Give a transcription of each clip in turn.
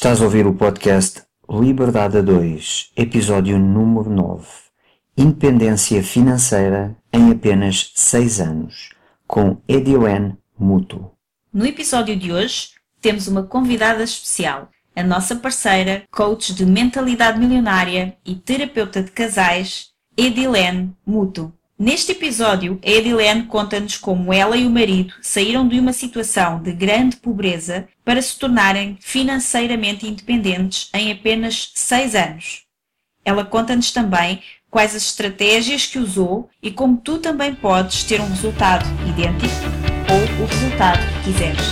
Estás a ouvir o podcast Liberdade a 2, episódio número 9. Independência financeira em apenas 6 anos, com Edilene Muto. No episódio de hoje, temos uma convidada especial, a nossa parceira, coach de mentalidade milionária e terapeuta de casais, Edilene Muto. Neste episódio, a Edilene conta-nos como ela e o marido saíram de uma situação de grande pobreza para se tornarem financeiramente independentes em apenas 6 anos. Ela conta-nos também quais as estratégias que usou e como tu também podes ter um resultado idêntico ou o resultado que quiseres.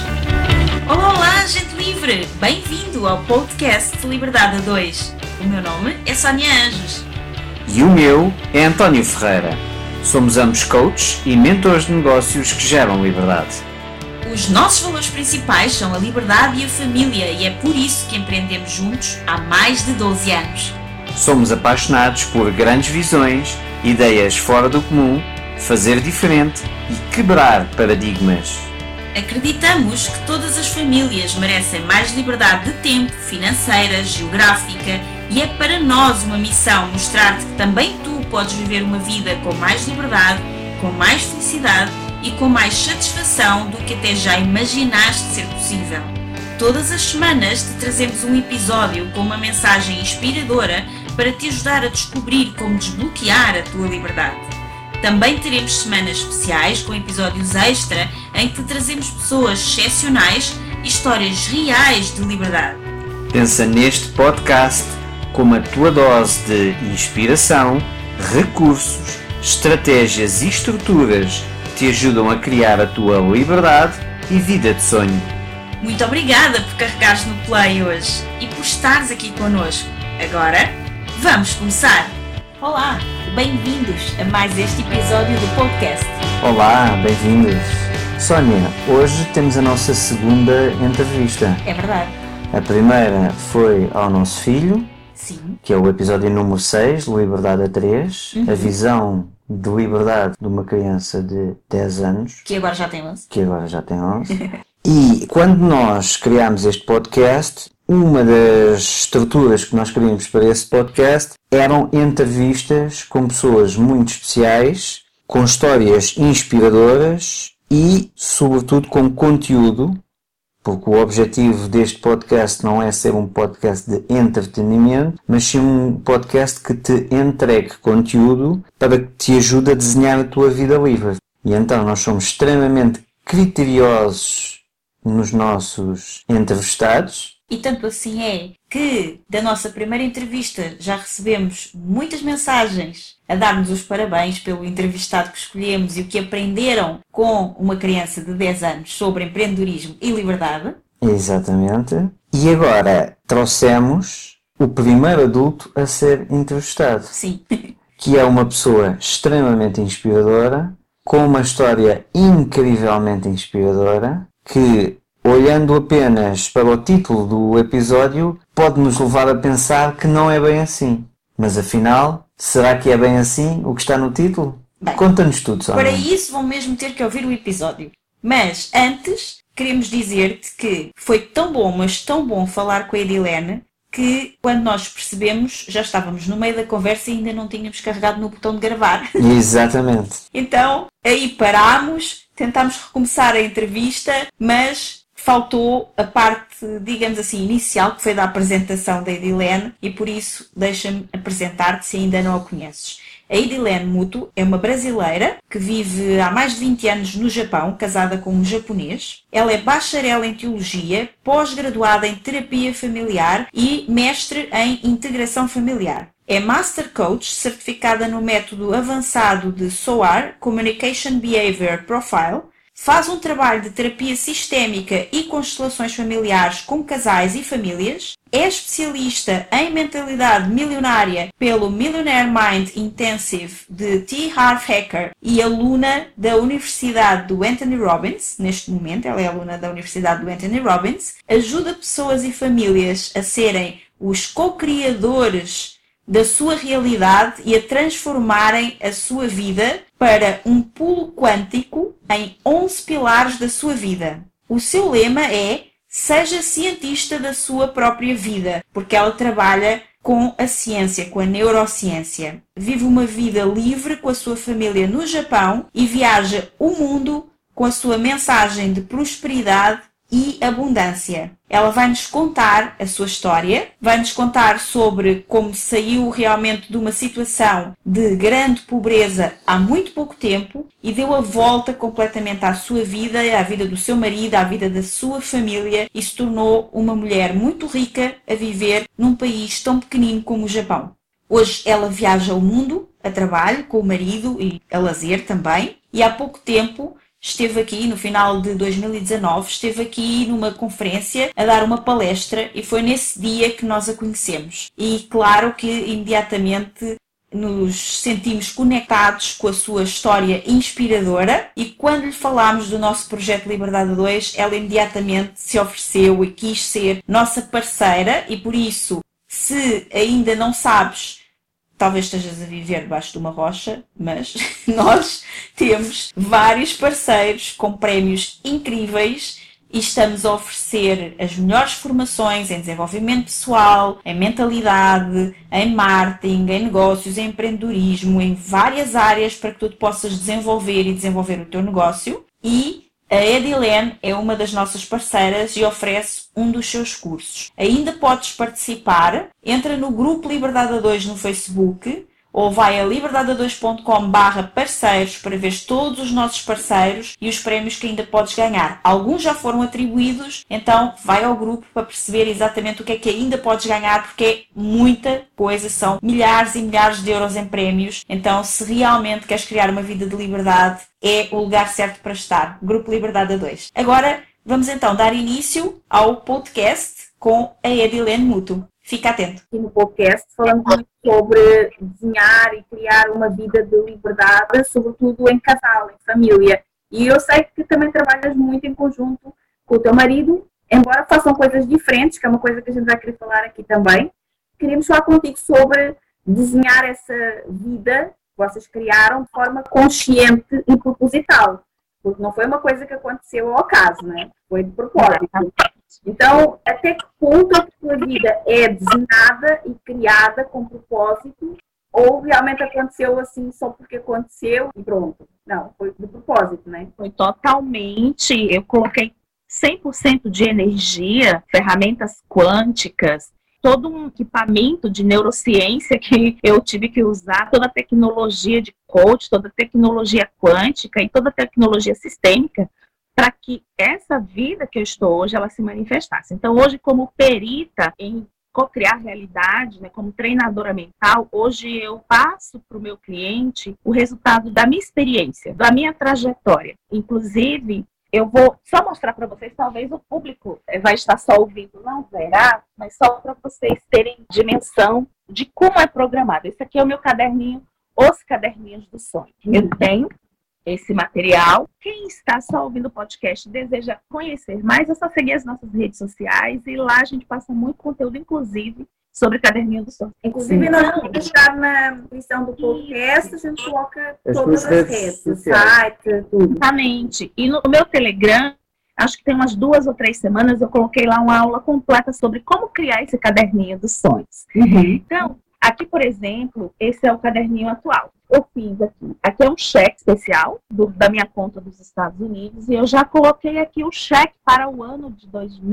Olá, gente livre! Bem-vindo ao podcast Liberdade a 2. O meu nome é Sónia Anjos. E o meu é António Ferreira. Somos ambos coaches e mentores de negócios que geram liberdade. Os nossos valores principais são a liberdade e a família e é por isso que empreendemos juntos há mais de 12 anos. Somos apaixonados por grandes visões, ideias fora do comum, fazer diferente e quebrar paradigmas. Acreditamos que todas as famílias merecem mais liberdade de tempo, financeira, geográfica e é para nós uma missão mostrar-te que também tu podes viver uma vida com mais liberdade, com mais felicidade e com mais satisfação do que até já imaginaste ser possível. Todas as semanas te trazemos um episódio com uma mensagem inspiradora para te ajudar a descobrir como desbloquear a tua liberdade. Também teremos semanas especiais com episódios extra em que te trazemos pessoas excepcionais e histórias reais de liberdade. Pensa neste podcast como a tua dose de inspiração, recursos, estratégias e estruturas que te ajudam a criar a tua liberdade e vida de sonho. Muito obrigada por carregares no play hoje e por estares aqui connosco. Agora, vamos começar! Olá, bem-vindos a mais este episódio do podcast. Olá, bem-vindos. Sónia, hoje temos a nossa segunda entrevista. É verdade. A primeira foi ao nosso filho, Sim. que é o episódio número 6, Liberdade a 3, a visão de liberdade de uma criança de 10 anos, Que agora já tem 11. que agora já tem 11. E quando nós criámos este podcast, uma das estruturas que nós queríamos para esse podcast eram entrevistas com pessoas muito especiais, com histórias inspiradoras e, sobretudo, com conteúdo, porque o objetivo deste podcast não é ser um podcast de entretenimento, mas sim um podcast que te entregue conteúdo para que te ajude a desenhar a tua vida livre. E então nós somos extremamente criteriosos nos nossos entrevistados. E tanto assim é que da nossa primeira entrevista já recebemos muitas mensagens a dar-nos os parabéns pelo entrevistado que escolhemos e o que aprenderam com uma criança de 10 anos sobre empreendedorismo e liberdade. Exatamente. E agora trouxemos o primeiro adulto a ser entrevistado, Sim. que é uma pessoa extremamente inspiradora, com uma história incrivelmente inspiradora, que, olhando apenas para o título do episódio, pode nos levar a pensar que não é bem assim. Mas afinal, será que é bem assim o que está no título? Bem, conta-nos tudo, Sónia. Para isso vão mesmo ter que ouvir o episódio. Mas antes, queremos dizer-te que foi tão bom, mas tão bom falar com a Edilene, que quando nós percebemos, já estávamos no meio da conversa e ainda não tínhamos carregado no botão de gravar. Exatamente. Então, aí parámos, tentámos recomeçar a entrevista, mas faltou a parte, digamos assim, inicial, que foi da apresentação da Edilene, e por isso deixa-me apresentar-te se ainda não a conheces. A Edilene Muto é uma brasileira que vive há mais de 20 anos no Japão, casada com um japonês. Ela é bacharel em teologia, pós-graduada em terapia familiar e mestre em integração familiar. É Master Coach, certificada no método avançado de SOAR, Communication Behavior Profile. Faz um trabalho de terapia sistémica e constelações familiares com casais e famílias. É especialista em mentalidade milionária pelo Millionaire Mind Intensive de T. Harv Eker e aluna da Universidade do Anthony Robbins. Neste momento, ela é aluna da Universidade do Anthony Robbins. Ajuda pessoas e famílias a serem os co-criadores da sua realidade e a transformarem a sua vida para um pulo quântico em 11 pilares da sua vida. O seu lema é seja cientista da sua própria vida, porque ela trabalha com a ciência, com a neurociência. Vive uma vida livre com a sua família no Japão e viaja o mundo com a sua mensagem de prosperidade e abundância. Ela vai-nos contar a sua história, vai-nos contar sobre como saiu realmente de uma situação de grande pobreza há muito pouco tempo e deu a volta completamente à sua vida, à vida do seu marido, à vida da sua família e se tornou uma mulher muito rica a viver num país tão pequenino como o Japão. Hoje ela viaja o mundo a trabalho com o marido e a lazer também e há pouco tempo esteve aqui, no final de 2019, esteve aqui numa conferência a dar uma palestra e foi nesse dia que nós a conhecemos. E claro que imediatamente nos sentimos conectados com a sua história inspiradora e quando lhe falámos do nosso projeto Liberdade 2, ela imediatamente se ofereceu e quis ser nossa parceira e por isso, se ainda não sabes, talvez estejas a viver debaixo de uma rocha, mas nós temos vários parceiros com prémios incríveis e estamos a oferecer as melhores formações em desenvolvimento pessoal, em mentalidade, em marketing, em negócios, em empreendedorismo, em várias áreas para que tu te possas desenvolver e desenvolver o teu negócio. E a Edilene é uma das nossas parceiras e oferece um dos seus cursos. Ainda podes participar, entra no grupo Liberdade 2 no Facebook ou vai a liberdade2.com/parceiros para ver todos os nossos parceiros e os prémios que ainda podes ganhar. Alguns já foram atribuídos, então vai ao grupo para perceber exatamente o que é que ainda podes ganhar, porque é muita coisa, são milhares e milhares de euros em prémios. Então, se realmente queres criar uma vida de liberdade, é o lugar certo para estar. Grupo Liberdade 2. Agora, vamos então dar início ao podcast com a Edilene Muto. Fica atento. Aqui no podcast falamos muito sobre desenhar e criar uma vida de liberdade, sobretudo em casal, em família. E eu sei que também trabalhas muito em conjunto com o teu marido, embora façam coisas diferentes, que é uma coisa que a gente vai querer falar aqui também. Queríamos falar contigo sobre desenhar essa vida que vocês criaram de forma consciente e proposital. Porque não foi uma coisa que aconteceu ao acaso, né? Foi de propósito. Então, até que ponto a tua vida é desenhada e criada com propósito ou realmente aconteceu assim só porque aconteceu e pronto? Não, foi de propósito, né? Foi totalmente, eu coloquei 100% de energia, ferramentas quânticas, todo um equipamento de neurociência que eu tive que usar, toda a tecnologia de coach, toda a tecnologia quântica e toda a tecnologia sistêmica para que essa vida que eu estou hoje, ela se manifestasse. Então, hoje, como perita em co-criar realidade, né, como treinadora mental, hoje eu passo para o meu cliente o resultado da minha experiência, da minha trajetória. Inclusive, eu vou só mostrar para vocês, talvez o público vai estar só ouvindo, não verá, mas só para vocês terem dimensão de como é programado. Esse aqui é o meu caderninho, Os Caderninhos do Sonho. Eu tenho esse material. Quem está só ouvindo o podcast e deseja conhecer mais, é só seguir as nossas redes sociais e lá a gente passa muito conteúdo, inclusive, sobre Caderninho do Sonho. Inclusive, nós vamos deixar na descrição do podcast, a gente coloca todas as redes, o site, tudo. Exatamente. E no meu Telegram, acho que tem umas 2 ou 3 semanas, eu coloquei lá uma aula completa sobre como criar esse Caderninho dos Sonhos. Então, aqui, por exemplo, esse é o caderninho atual. Eu fiz aqui é um cheque especial da minha conta dos Estados Unidos e eu já coloquei aqui o cheque para o ano de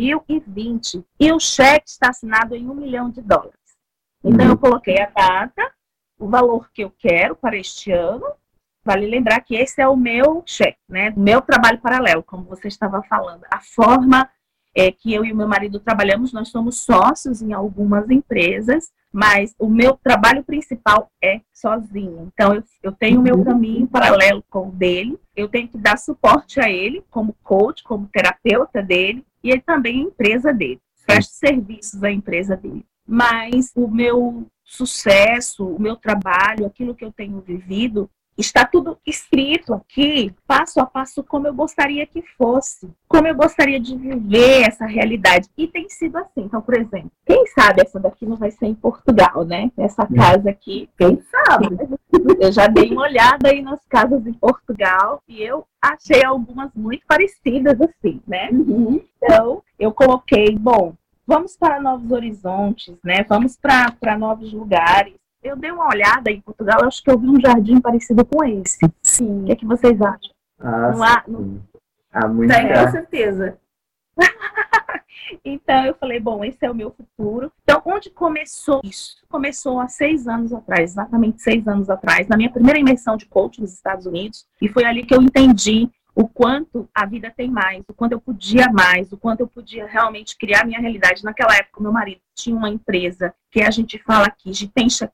2020 e o cheque está assinado em $1 milhão. Então eu coloquei a data, o valor que eu quero para este ano. Vale lembrar que esse é o meu cheque, né? O meu trabalho paralelo, como você estava falando. A forma que eu e o meu marido trabalhamos, nós somos sócios em algumas empresas, mas o meu trabalho principal é sozinho. Então, eu tenho o meu caminho paralelo com o dele, eu tenho que dar suporte a ele como coach, como terapeuta dele, e ele também é a empresa dele. Presto serviços à empresa dele. Mas o meu sucesso, o meu trabalho, aquilo que eu tenho vivido, está tudo escrito aqui, passo a passo, como eu gostaria que fosse. Como eu gostaria de viver essa realidade. E tem sido assim. Então, por exemplo, quem sabe essa daqui não vai ser em Portugal, né? Essa casa aqui. Quem sabe? Eu já dei uma olhada aí nas casas em Portugal e eu achei algumas muito parecidas assim, né? Então, eu coloquei, bom, vamos para novos horizontes, né? Vamos para novos lugares. Eu dei uma olhada em Portugal, eu acho que eu vi um jardim parecido com esse. Sim. O que é que vocês acham? Não há, Há muito Tem, com certeza. Então eu falei, bom, esse é o meu futuro. Então, onde começou isso? Começou há 6 anos atrás, exatamente 6 anos atrás, na minha primeira imersão de coaching nos Estados Unidos, e foi ali que eu entendi o quanto a vida tem mais, o quanto eu podia mais, o quanto eu podia realmente criar minha realidade. Naquela época, meu marido tinha uma empresa que a gente fala aqui, Jitensha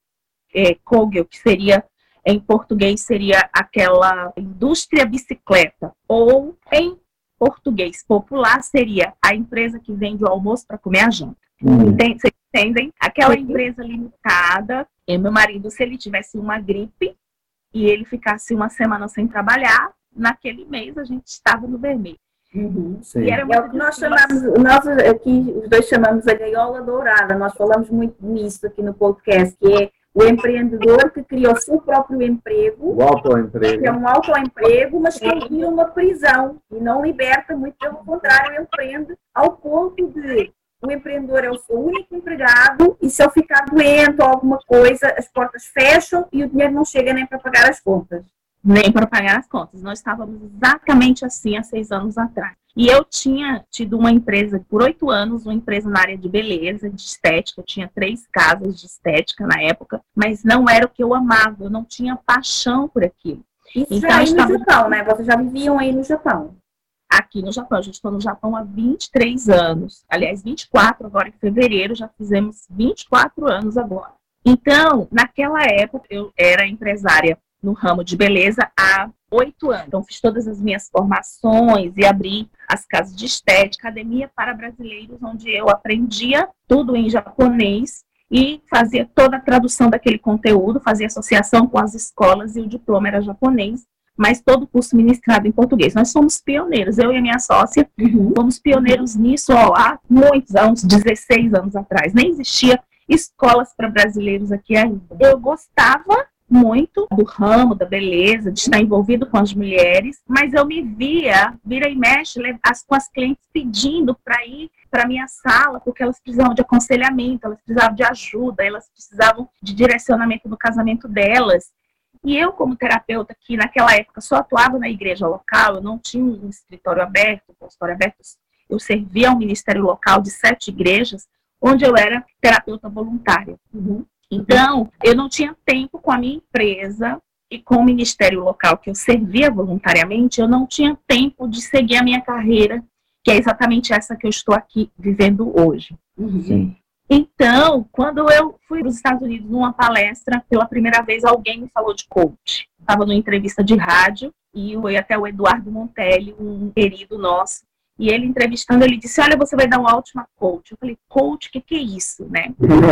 Kogel, que seria, em português, seria aquela indústria bicicleta, ou em português popular seria a empresa que vende o almoço para comer a janta. Vocês entendem? Aquela empresa limitada. E meu marido, se ele tivesse uma gripe e ele ficasse uma semana sem trabalhar, naquele mês a gente estava no vermelho. Sim. E era é o que nós chamamos, nós aqui os dois chamamos a gaiola dourada. Nós falamos muito nisso aqui no podcast, que é o empreendedor que cria o seu próprio emprego, O autoemprego. que é um autoemprego, mas que ele cria uma prisão e não liberta, muito pelo contrário, ele prende ao ponto de o empreendedor é o seu único empregado e se ele ficar doente ou alguma coisa, as portas fecham e o dinheiro não chega nem para pagar as contas. Nem para pagar as contas. Nós estávamos exatamente assim há 6 anos atrás. E eu tinha tido uma empresa por 8 anos, uma empresa na área de beleza, de estética. Eu tinha 3 casas de estética na época, mas não era o que eu amava, eu não tinha paixão por aquilo. Isso então, já aí no Japão, né? Vocês já viviam aí no Japão? Aqui no Japão, a gente está no Japão há 23 anos. Aliás, 24 agora em fevereiro, já fizemos 24 anos agora. Então, naquela época, eu era empresária no ramo de beleza há 8 anos. Então, fiz todas as minhas formações e abri as casas de estética, academia para brasileiros, onde eu aprendia tudo em japonês e fazia toda a tradução daquele conteúdo, fazia associação com as escolas e o diploma era japonês, mas todo o curso ministrado em português. Nós somos pioneiros, eu e a minha sócia, fomos pioneiros nisso há uns 16 anos atrás. Nem existia escolas para brasileiros aqui ainda. Eu gostava muito do ramo da beleza, de estar envolvido com as mulheres, mas eu me via, vira e mexe, com as clientes pedindo para ir para minha sala, porque elas precisavam de aconselhamento, elas precisavam de ajuda, elas precisavam de direcionamento do casamento delas. E eu, como terapeuta, que naquela época só atuava na igreja local, eu não tinha um escritório aberto, um consultório aberto, eu servia ao ministério local de 7 igrejas, onde eu era terapeuta voluntária. Então, eu não tinha tempo com a minha empresa e com o ministério local que eu servia voluntariamente, eu não tinha tempo de seguir a minha carreira, que é exatamente essa que eu estou aqui vivendo hoje. Sim. Então, quando eu fui para os Estados Unidos numa palestra, pela primeira vez alguém me falou de coach. Estava numa entrevista de rádio e foi até o Eduardo Montelli, um querido nosso, e ele entrevistando, ele disse, olha, você vai dar uma última coach. Eu falei, coach, o que é isso, né?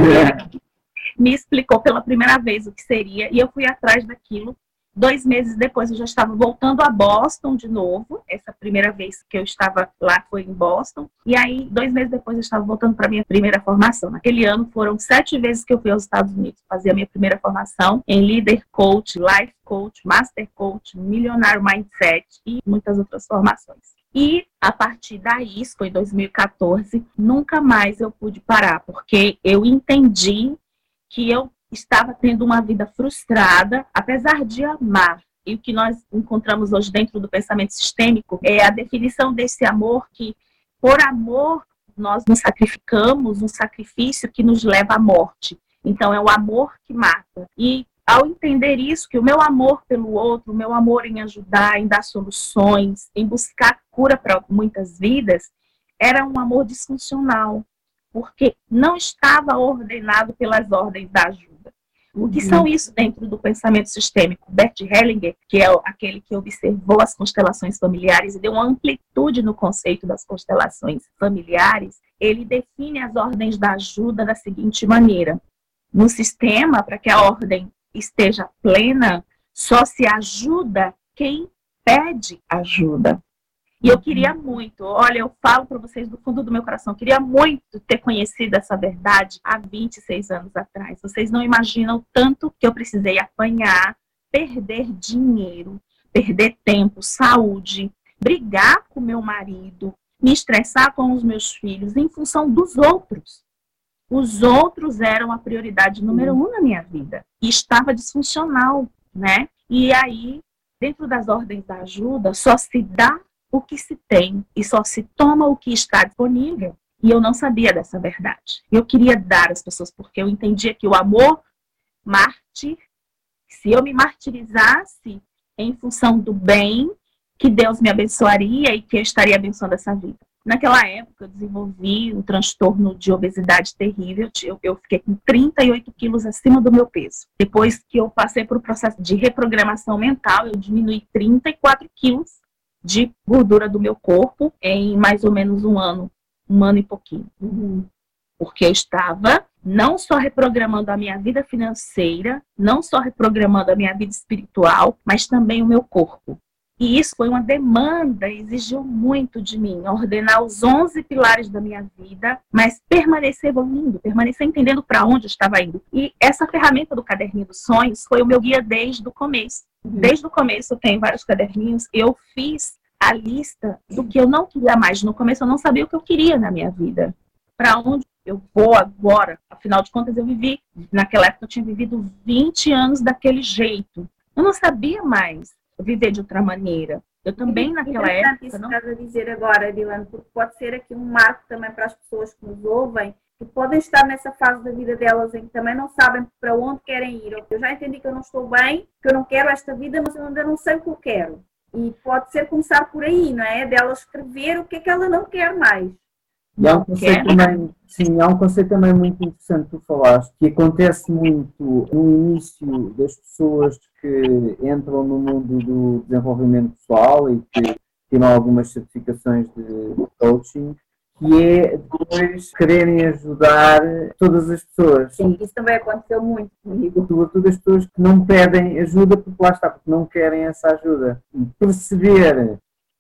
Me explicou pela primeira vez o que seria, e eu fui atrás daquilo. 2 meses depois eu já estava voltando a Boston de novo. Essa primeira vez que eu estava lá foi em Boston. E aí, 2 meses depois eu estava voltando para a minha primeira formação. Naquele ano foram 7 vezes que eu fui aos Estados Unidos fazer a minha primeira formação em Leader Coach, Life Coach, Master Coach, Millionaire Mindset e muitas outras formações. E a partir daí, isso foi em 2014, nunca mais eu pude parar, porque eu entendi que eu estava tendo uma vida frustrada, apesar de amar. E o que nós encontramos hoje dentro do pensamento sistêmico é a definição desse amor que, por amor, nós nos sacrificamos, um sacrifício que nos leva à morte. Então, é o amor que mata. E ao entender isso, que o meu amor pelo outro, o meu amor em ajudar, em dar soluções, em buscar cura para muitas vidas, era um amor disfuncional, porque não estava ordenado pelas ordens da ajuda. O que são isso dentro do pensamento sistêmico? Bert Hellinger, que é aquele que observou as constelações familiares e deu uma amplitude no conceito das constelações familiares, ele define as ordens da ajuda da seguinte maneira. No sistema, para que a ordem esteja plena, só se ajuda quem pede ajuda. E eu queria muito, olha, eu falo para vocês do fundo do meu coração, eu queria muito ter conhecido essa verdade há 26 anos atrás. Vocês não imaginam o tanto que eu precisei apanhar, perder dinheiro, perder tempo, saúde, brigar com meu marido, me estressar com os meus filhos em função dos outros. Os outros eram a prioridade número 1 na minha vida. E estava disfuncional, né? E aí, dentro das ordens da ajuda, só se dá o que se tem e só se toma o que está disponível. E eu não sabia dessa verdade. Eu queria dar às pessoas, porque eu entendia que o amor mártir, se eu me martirizasse em função do bem, que Deus me abençoaria e que eu estaria abençoando essa vida. Naquela época, eu desenvolvi um transtorno de obesidade terrível. Eu fiquei com 38 quilos acima do meu peso. Depois que eu passei por um processo de reprogramação mental, eu diminui 34 quilos de gordura do meu corpo em mais ou menos um ano e pouquinho. Porque eu estava não só reprogramando a minha vida financeira, não só reprogramando a minha vida espiritual, mas também o meu corpo. E isso foi uma demanda, exigiu muito de mim, ordenar os 11 pilares da minha vida, mas permanecer evoluindo, permanecer entendendo para onde eu estava indo. E essa ferramenta do Caderninho dos Sonhos foi o meu guia desde o começo. Desde o começo eu tenho vários caderninhos, eu fiz a lista do que eu não queria mais. No começo eu não sabia o que eu queria na minha vida. Para onde eu vou agora? Afinal de contas naquela época eu tinha vivido 20 anos daquele jeito. Eu não sabia mais viver de outra maneira. Eu também naquela época... Isso que estás a dizer agora, Edilene, porque pode ser aqui um marco também para as pessoas que nos ouvem, que podem estar nessa fase da vida delas em que também não sabem para onde querem ir. Eu já entendi que eu não estou bem, que eu não quero esta vida, mas eu ainda não sei o que eu quero. E pode ser começar por aí, não é? Dela escrever o que é que ela não quer mais. E há um conceito também, sim, há um conceito também muito interessante que tu falaste, que acontece muito no início das pessoas que entram no mundo do desenvolvimento pessoal e que tiram algumas certificações de coaching, que é depois quererem ajudar todas as pessoas. Sim, isso também aconteceu muito comigo. Sobretudo as pessoas que não pedem ajuda porque lá está, porque não querem essa ajuda. E perceber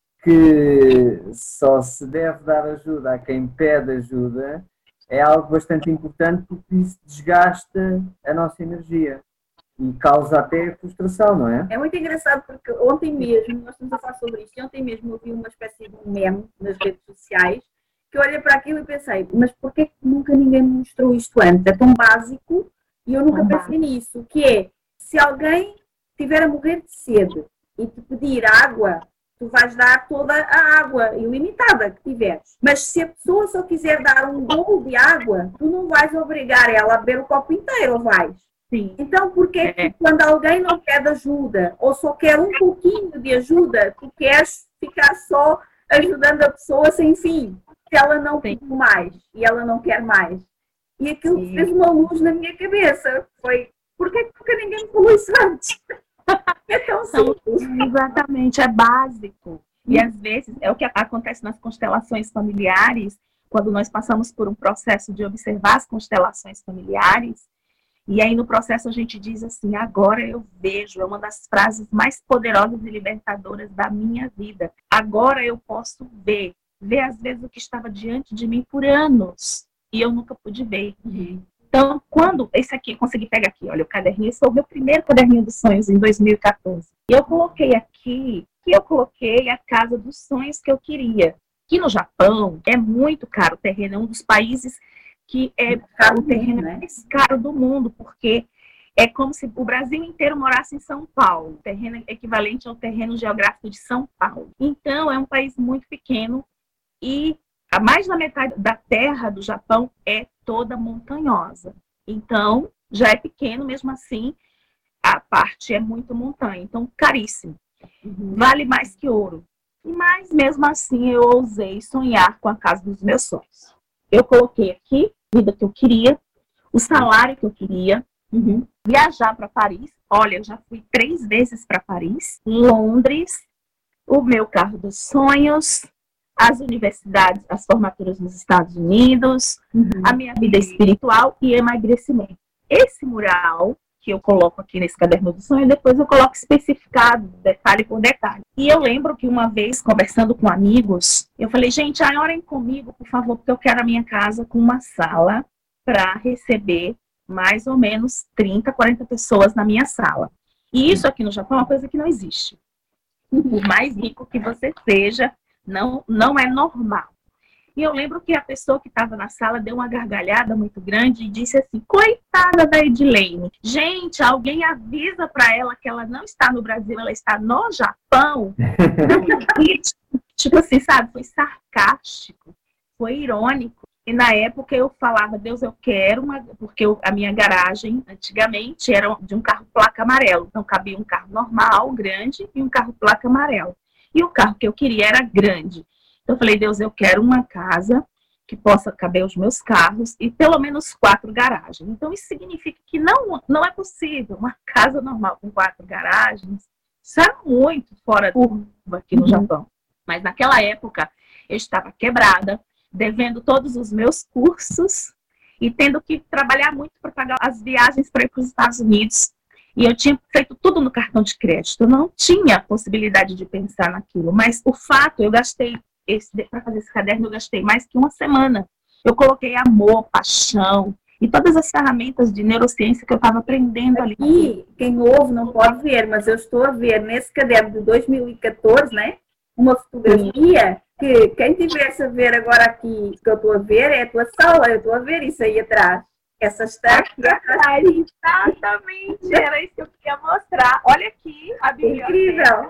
que só se deve dar ajuda a quem pede ajuda é algo bastante importante, porque isso desgasta a nossa energia e causa até frustração, não é? É muito engraçado porque ontem mesmo, nós estamos a falar sobre isto, e ontem mesmo eu vi uma espécie de um meme nas redes sociais, que eu olhei para aquilo e pensei, mas porquê que nunca ninguém me mostrou isto antes? É tão básico e eu nunca pensei nisso, que é, se alguém estiver a morrer de sede e te pedir água, tu vais dar toda a água ilimitada que tiveres. Mas se a pessoa só quiser dar um golo de água, tu não vais obrigar ela a beber o copo inteiro, ou vais? Sim. Então, porquê que quando alguém não pede ajuda, ou só quer um pouquinho de ajuda, tu queres ficar só ajudando a pessoa sem fim? Se ela não pediu mais e ela não quer mais. E aquilo fez uma luz na minha cabeça. Foi, porquê que ninguém me falou isso antes? É tão simples. Exatamente, é básico. E às vezes é o que acontece nas constelações familiares, quando nós passamos por um processo de observar as constelações familiares, e aí no processo a gente diz assim, agora eu vejo, é uma das frases mais poderosas e libertadoras da minha vida. Agora eu posso ver às vezes o que estava diante de mim por anos, e eu nunca pude ver. Então, quando esse aqui, consegui pegar aqui, olha, o caderninho, esse foi o meu primeiro caderninho dos sonhos em 2014. E eu coloquei aqui, a casa dos sonhos que eu queria. Aqui no Japão, é muito caro o terreno, é um dos países que é o terreno mais caro do mundo, porque é como se o Brasil inteiro morasse em São Paulo. O terreno é equivalente ao terreno geográfico de São Paulo. Então, é um país muito pequeno e a mais da metade da terra do Japão é toda montanhosa. Então, já é pequeno, mesmo assim, a parte é muito montanha. Então, caríssimo. Vale mais que ouro. Mas, mesmo assim, eu ousei sonhar com a casa dos meus sonhos. Eu coloquei aqui a vida que eu queria, o salário que eu queria, viajar para Paris. Olha, eu já fui 3 vezes para Paris, Londres, o meu carro dos sonhos, as universidades, as formaturas nos Estados Unidos, a minha vida espiritual e emagrecimento. Esse mural que eu coloco aqui nesse caderno do sonho, depois eu coloco especificado, detalhe por detalhe. E eu lembro que uma vez, conversando com amigos, eu falei, gente, orem comigo, por favor, porque eu quero a minha casa com uma sala para receber mais ou menos 30, 40 pessoas na minha sala. E isso aqui no Japão é uma coisa que não existe. Por mais rico que você seja, não é normal. E eu lembro que a pessoa que estava na sala deu uma gargalhada muito grande e disse assim, coitada da Edilene, gente, alguém avisa para ela que ela não está no Brasil, ela está no Japão. E, tipo assim, sabe, foi sarcástico, foi irônico. E na época eu falava, Deus, eu quero uma... Porque a minha garagem, antigamente, era de um carro placa amarelo. Então cabia um carro normal, grande, e um carro placa amarelo. E o carro que eu queria era grande. Então eu falei, Deus, eu quero uma casa que possa caber os meus carros e pelo menos 4 garagens. Então isso significa que não é possível uma casa normal com 4 garagens. Isso era muito fora da curva aqui no Japão. Mas naquela época eu estava quebrada, devendo todos os meus cursos e tendo que trabalhar muito para pagar as viagens para ir para os Estados Unidos. E eu tinha feito tudo no cartão de crédito. Eu não tinha possibilidade de pensar naquilo. Mas o fato, eu gastei para fazer esse caderno, eu gastei mais que uma semana. Eu coloquei amor, paixão e todas as ferramentas de neurociência que eu estava aprendendo ali. E quem ouve não pode ver, mas eu estou a ver nesse caderno de 2014, né? Uma fotografia que quem tivesse a ver agora aqui, que eu estou a ver, é a tua sala, eu estou a ver isso aí atrás. Essa está aqui atrás. Exatamente, era isso que eu queria mostrar. Olha aqui a biblioteca. Incrível.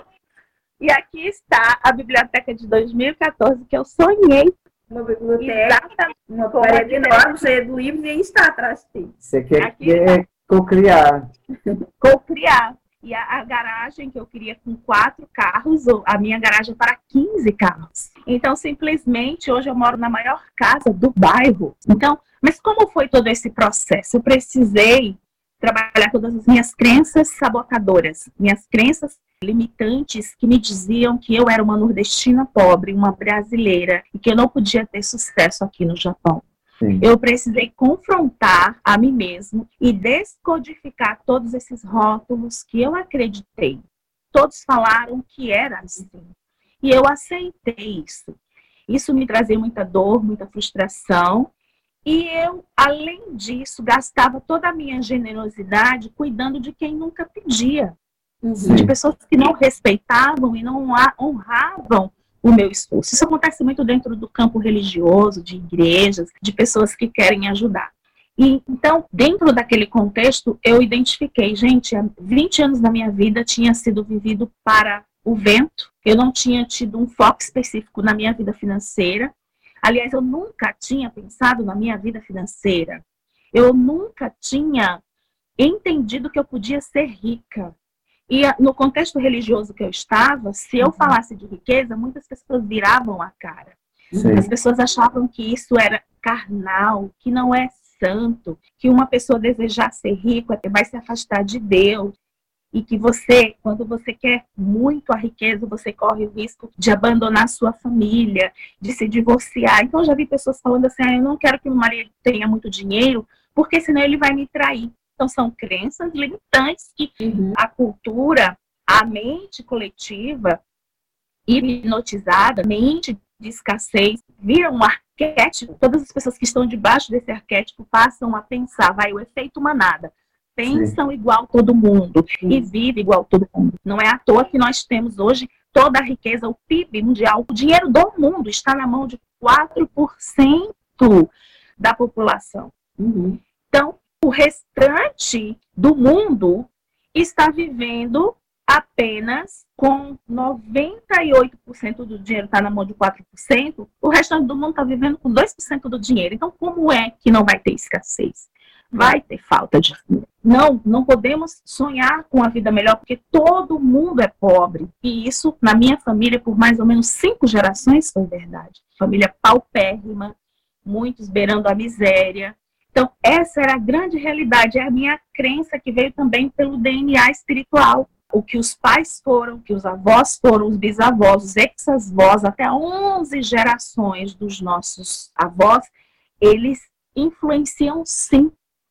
E aqui está a biblioteca de 2014 que eu sonhei. Uma biblioteca, uma parede enorme, cheia de livros, e aí está atrás de ti. Você quer co-criar. Co-criar. E a garagem que eu queria com 4 carros, a minha garagem para 15 carros. Então, simplesmente, hoje eu moro na maior casa do bairro. Então, mas como foi todo esse processo? Eu precisei trabalhar todas as minhas crenças sabotadoras, minhas crenças limitantes que me diziam que eu era uma nordestina pobre, uma brasileira, e que eu não podia ter sucesso aqui no Japão. Sim. Eu precisei confrontar a mim mesmo e descodificar todos esses rótulos que eu acreditei. Todos falaram que era assim. E eu aceitei isso. Isso me trazia muita dor, muita frustração. E eu, além disso, gastava toda a minha generosidade cuidando de quem nunca pedia. Sim. De pessoas que não respeitavam e não honravam o meu esforço. Isso acontece muito dentro do campo religioso, de igrejas, de pessoas que querem ajudar. E, então, dentro daquele contexto, eu identifiquei, gente, 20 anos da minha vida tinha sido vivido para o vento. Eu não tinha tido um foco específico na minha vida financeira. Aliás, eu nunca tinha pensado na minha vida financeira. Eu nunca tinha entendido que eu podia ser rica. E no contexto religioso que eu estava, se eu falasse de riqueza, muitas pessoas viravam a cara. Sim. As pessoas achavam que isso era carnal, que não é santo, que uma pessoa desejar ser rico vai se afastar de Deus. E que você, quando você quer muito a riqueza, você corre o risco de abandonar sua família, de se divorciar. Então, eu já vi pessoas falando assim, eu não quero que meu marido tenha muito dinheiro, porque senão ele vai me trair. Então, são crenças limitantes que a cultura, a mente coletiva, hipnotizada, mente de escassez, vira um arquétipo. Todas as pessoas que estão debaixo desse arquétipo passam a pensar, o efeito manada. Pensam igual todo mundo e vivem igual todo mundo. Não é à toa que nós temos hoje toda a riqueza, o PIB mundial, o dinheiro do mundo está na mão de 4% da população. Então, o restante do mundo está vivendo apenas com 98% do dinheiro está na mão de 4%, o restante do mundo está vivendo com 2% do dinheiro. Então, como é que não vai ter escassez? Vai ter falta de dinheiro. Não podemos sonhar com a vida melhor, porque todo mundo é pobre. E isso, na minha família, por mais ou menos 5 gerações, foi verdade. Família paupérrima, muitos beirando a miséria. Então, essa era a grande realidade, é a minha crença que veio também pelo DNA espiritual. O que os pais foram, o que os avós foram, os bisavós, os ex-avós, até 11 gerações dos nossos avós, eles influenciam sim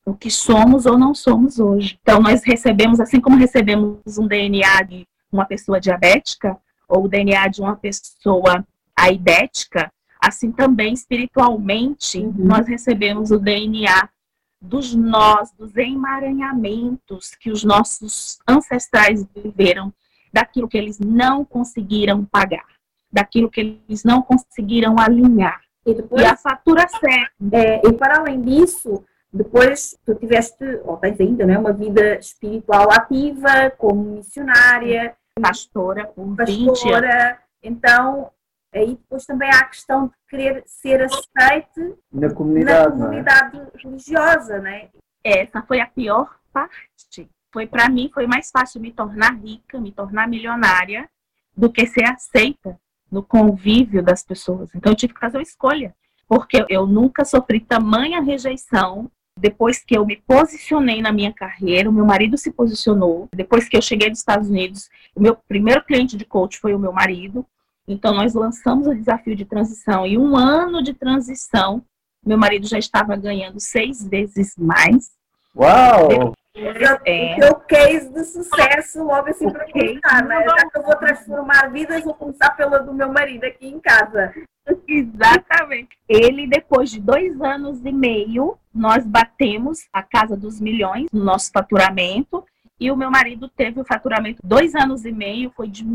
o que somos ou não somos hoje. Então, nós recebemos, assim como recebemos um DNA de uma pessoa diabética, ou o DNA de uma pessoa aidética, assim também, espiritualmente, nós recebemos o DNA dos nós, dos emaranhamentos que os nossos ancestrais viveram, daquilo que eles não conseguiram pagar, daquilo que eles não conseguiram alinhar. E a fatura certa. E para além disso, depois tu tiveste, ou tens ainda, né, uma vida espiritual ativa, como missionária, pastora por 20 anos. Então, aí depois também há a questão de querer ser aceite na comunidade religiosa, né? Essa foi a pior parte. Para mim, foi mais fácil me tornar rica, me tornar milionária, do que ser aceita no convívio das pessoas. Então, eu tive que fazer uma escolha, porque eu nunca sofri tamanha rejeição. Depois que eu me posicionei na minha carreira, o meu marido se posicionou. Depois que eu cheguei dos Estados Unidos, o meu primeiro cliente de coach foi o meu marido. Então, nós lançamos o desafio de transição. E 1 ano de transição, meu marido já estava ganhando 6 vezes mais. Uau! O teu case de sucesso logo assim para começar, né? Já que eu vou transformar vidas, vou começar pela do meu marido aqui em casa. Exatamente. Ele, depois de 2 anos e meio, nós batemos a casa dos milhões no nosso faturamento. E o meu marido teve o faturamento 2 anos e meio, foi de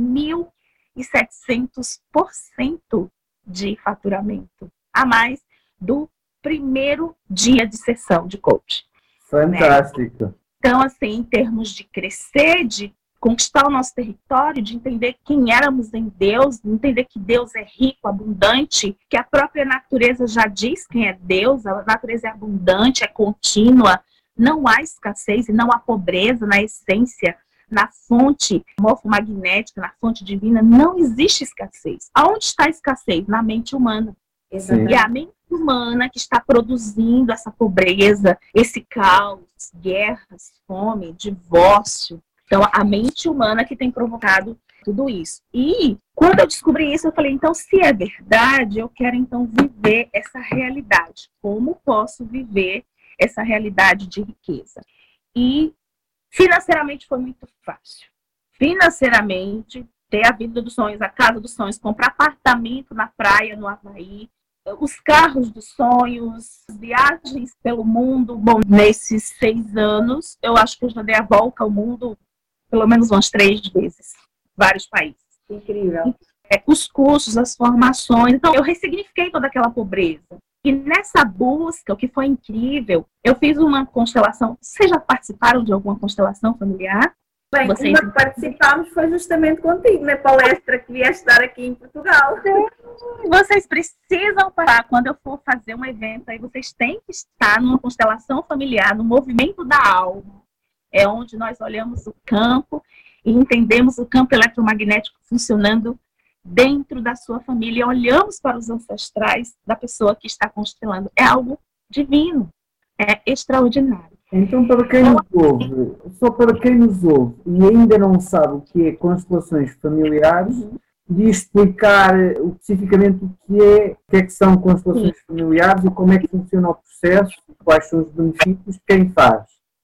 1.700% de faturamento, a mais do primeiro dia de sessão de coach. Fantástico. Né? Então, assim, em termos de crescer, de conquistar o nosso território, de entender quem éramos em Deus, de entender que Deus é rico, abundante, que a própria natureza já diz quem é Deus, a natureza é abundante, é contínua, não há escassez e não há pobreza na essência, na fonte morfomagnética, na fonte divina, não existe escassez. Aonde está a escassez? Na mente humana. Exatamente. E a mente humana que está produzindo essa pobreza, esse caos, guerras, fome, divórcio. Então, a mente humana que tem provocado tudo isso. E quando eu descobri isso, eu falei, então, se é verdade, eu quero então viver essa realidade. Como posso viver essa realidade de riqueza? E financeiramente foi muito fácil. Financeiramente, ter a vida dos sonhos, a casa dos sonhos, comprar apartamento na praia, no Havaí, os carros dos sonhos, viagens pelo mundo. Bom, nesses 6 anos, eu acho que eu já dei a volta ao mundo pelo menos umas 3 vezes, vários países. Incrível. Os cursos, as formações. Então, eu ressignifiquei toda aquela pobreza. E nessa busca, o que foi incrível, eu fiz uma constelação. Vocês já participaram de alguma constelação familiar? Bem, uma que participámos foi justamente contigo, na palestra que vieste dar aqui em Portugal. Vocês precisam parar. Quando eu for fazer um evento, aí vocês têm que estar numa constelação familiar, no movimento da alma. É onde nós olhamos o campo e entendemos o campo eletromagnético funcionando dentro da sua família. Olhamos para os ancestrais da pessoa que está constelando. É algo divino, é extraordinário. Então, para quem nos ouve, só para quem nos ouve e ainda não sabe o que é constelações familiares, de explicar especificamente o que é que são constelações familiares e como é que funciona o processo, quais são os benefícios de quem faz.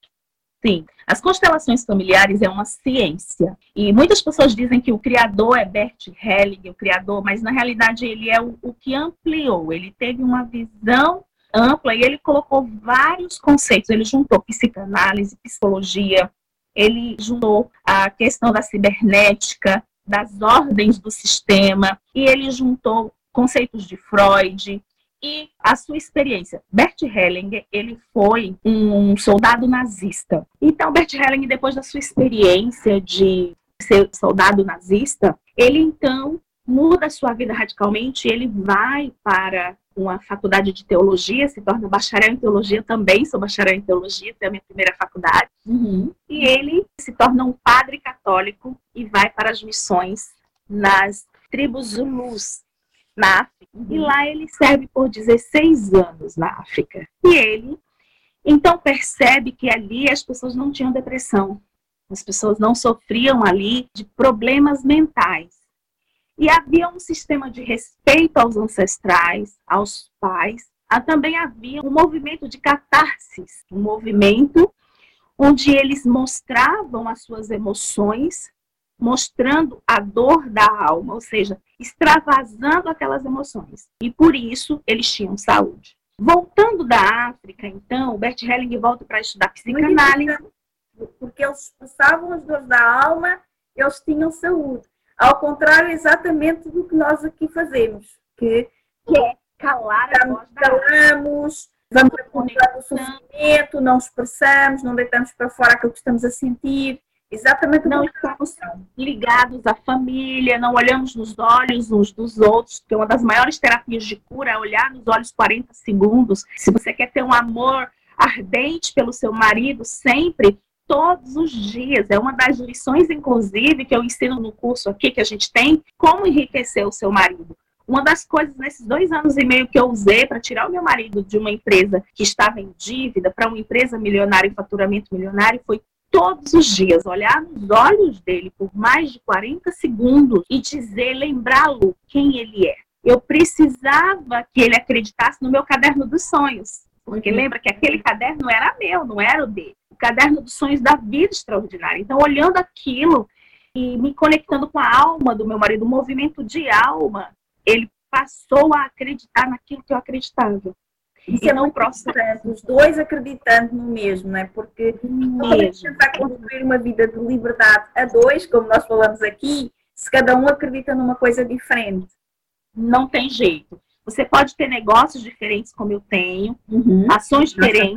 Sim, as constelações familiares é uma ciência. E muitas pessoas dizem que o criador é Bert Helling, o criador, mas na realidade ele é o que ampliou, ele teve uma visão ampla e ele colocou vários conceitos. Ele juntou psicanálise, psicologia, ele juntou a questão da cibernética, das ordens do sistema, e ele juntou conceitos de Freud e a sua experiência. Bert Hellinger, ele foi um soldado nazista. Então, Bert Hellinger, depois da sua experiência de ser soldado nazista, ele então muda a sua vida radicalmente, ele vai para uma faculdade de teologia, se torna bacharel em teologia, também sou bacharel em teologia, foi a minha primeira faculdade, e ele se torna um padre católico e vai para as missões nas tribos Zulus, na África, e lá ele serve por 16 anos na África. E ele, então, percebe que ali as pessoas não tinham depressão, as pessoas não sofriam ali de problemas mentais. E havia um sistema de respeito aos ancestrais, aos pais, Também havia um movimento de catarsis, um movimento onde eles mostravam as suas emoções, mostrando a dor da alma, ou seja, extravasando aquelas emoções. E por isso eles tinham saúde. Voltando da África, então, o Bert Helling volta para estudar psicanálise. Porque eles passavam as dores da alma, eles tinham saúde. Ao contrário, exatamente do que nós aqui fazemos, que é calar a voz da alma. Calamos, vamos acomodar o sofrimento, não expressamos, não deitamos para fora aquilo que estamos a sentir. Exatamente. Não estamos ligados à família, não olhamos nos olhos uns dos outros, porque uma das maiores terapias de cura é olhar nos olhos 40 segundos. Se você quer ter um amor ardente pelo seu marido sempre, todos os dias, é uma das lições, inclusive, que eu ensino no curso aqui que a gente tem, como enriquecer o seu marido. Uma das coisas nesses 2 anos e meio que eu usei para tirar o meu marido de uma empresa que estava em dívida para uma empresa milionária e faturamento milionário foi todos os dias olhar nos olhos dele por mais de 40 segundos e dizer, lembrá-lo quem ele é. Eu precisava que ele acreditasse no meu caderno dos sonhos. Porque lembra que aquele caderno era meu, não era o dele. O caderno dos sonhos da vida extraordinária. Então, olhando aquilo e me conectando com a alma do meu marido, o movimento de alma, ele passou a acreditar naquilo que eu acreditava. Isso é muito importante, os dois acreditando no mesmo, não é? Porque quando a gente vai construir uma vida de liberdade a dois, como nós falamos aqui, se cada um acredita numa coisa diferente. Não tem jeito. Você pode ter negócios diferentes, como eu tenho, ações diferentes.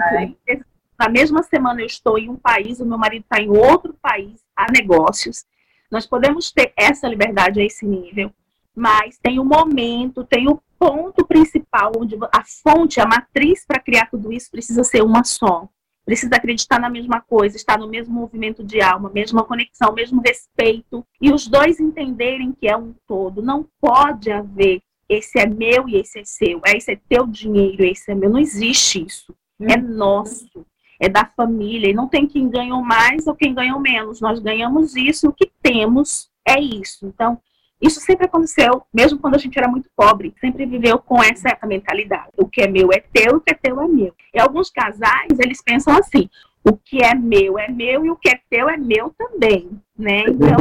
Na mesma semana eu estou em um país, o meu marido está em outro país, há negócios. Nós podemos ter essa liberdade a esse nível, mas tem o momento, tem o ponto principal, onde a fonte, a matriz para criar tudo isso precisa ser uma só. Precisa acreditar na mesma coisa, estar no mesmo movimento de alma, mesma conexão, mesmo respeito. E os dois entenderem que é um todo. Não pode haver esse é meu e esse é seu. Esse é teu dinheiro, esse é meu. Não existe isso. É nosso. É da família. E não tem quem ganhou mais ou quem ganhou menos. Nós ganhamos isso e o que temos é isso. Então, isso sempre aconteceu, mesmo quando a gente era muito pobre. Sempre viveu com essa mentalidade. O que é meu é teu, o que é teu é meu. E alguns casais, eles pensam assim, o que é meu e o que é teu é meu também, né? Então,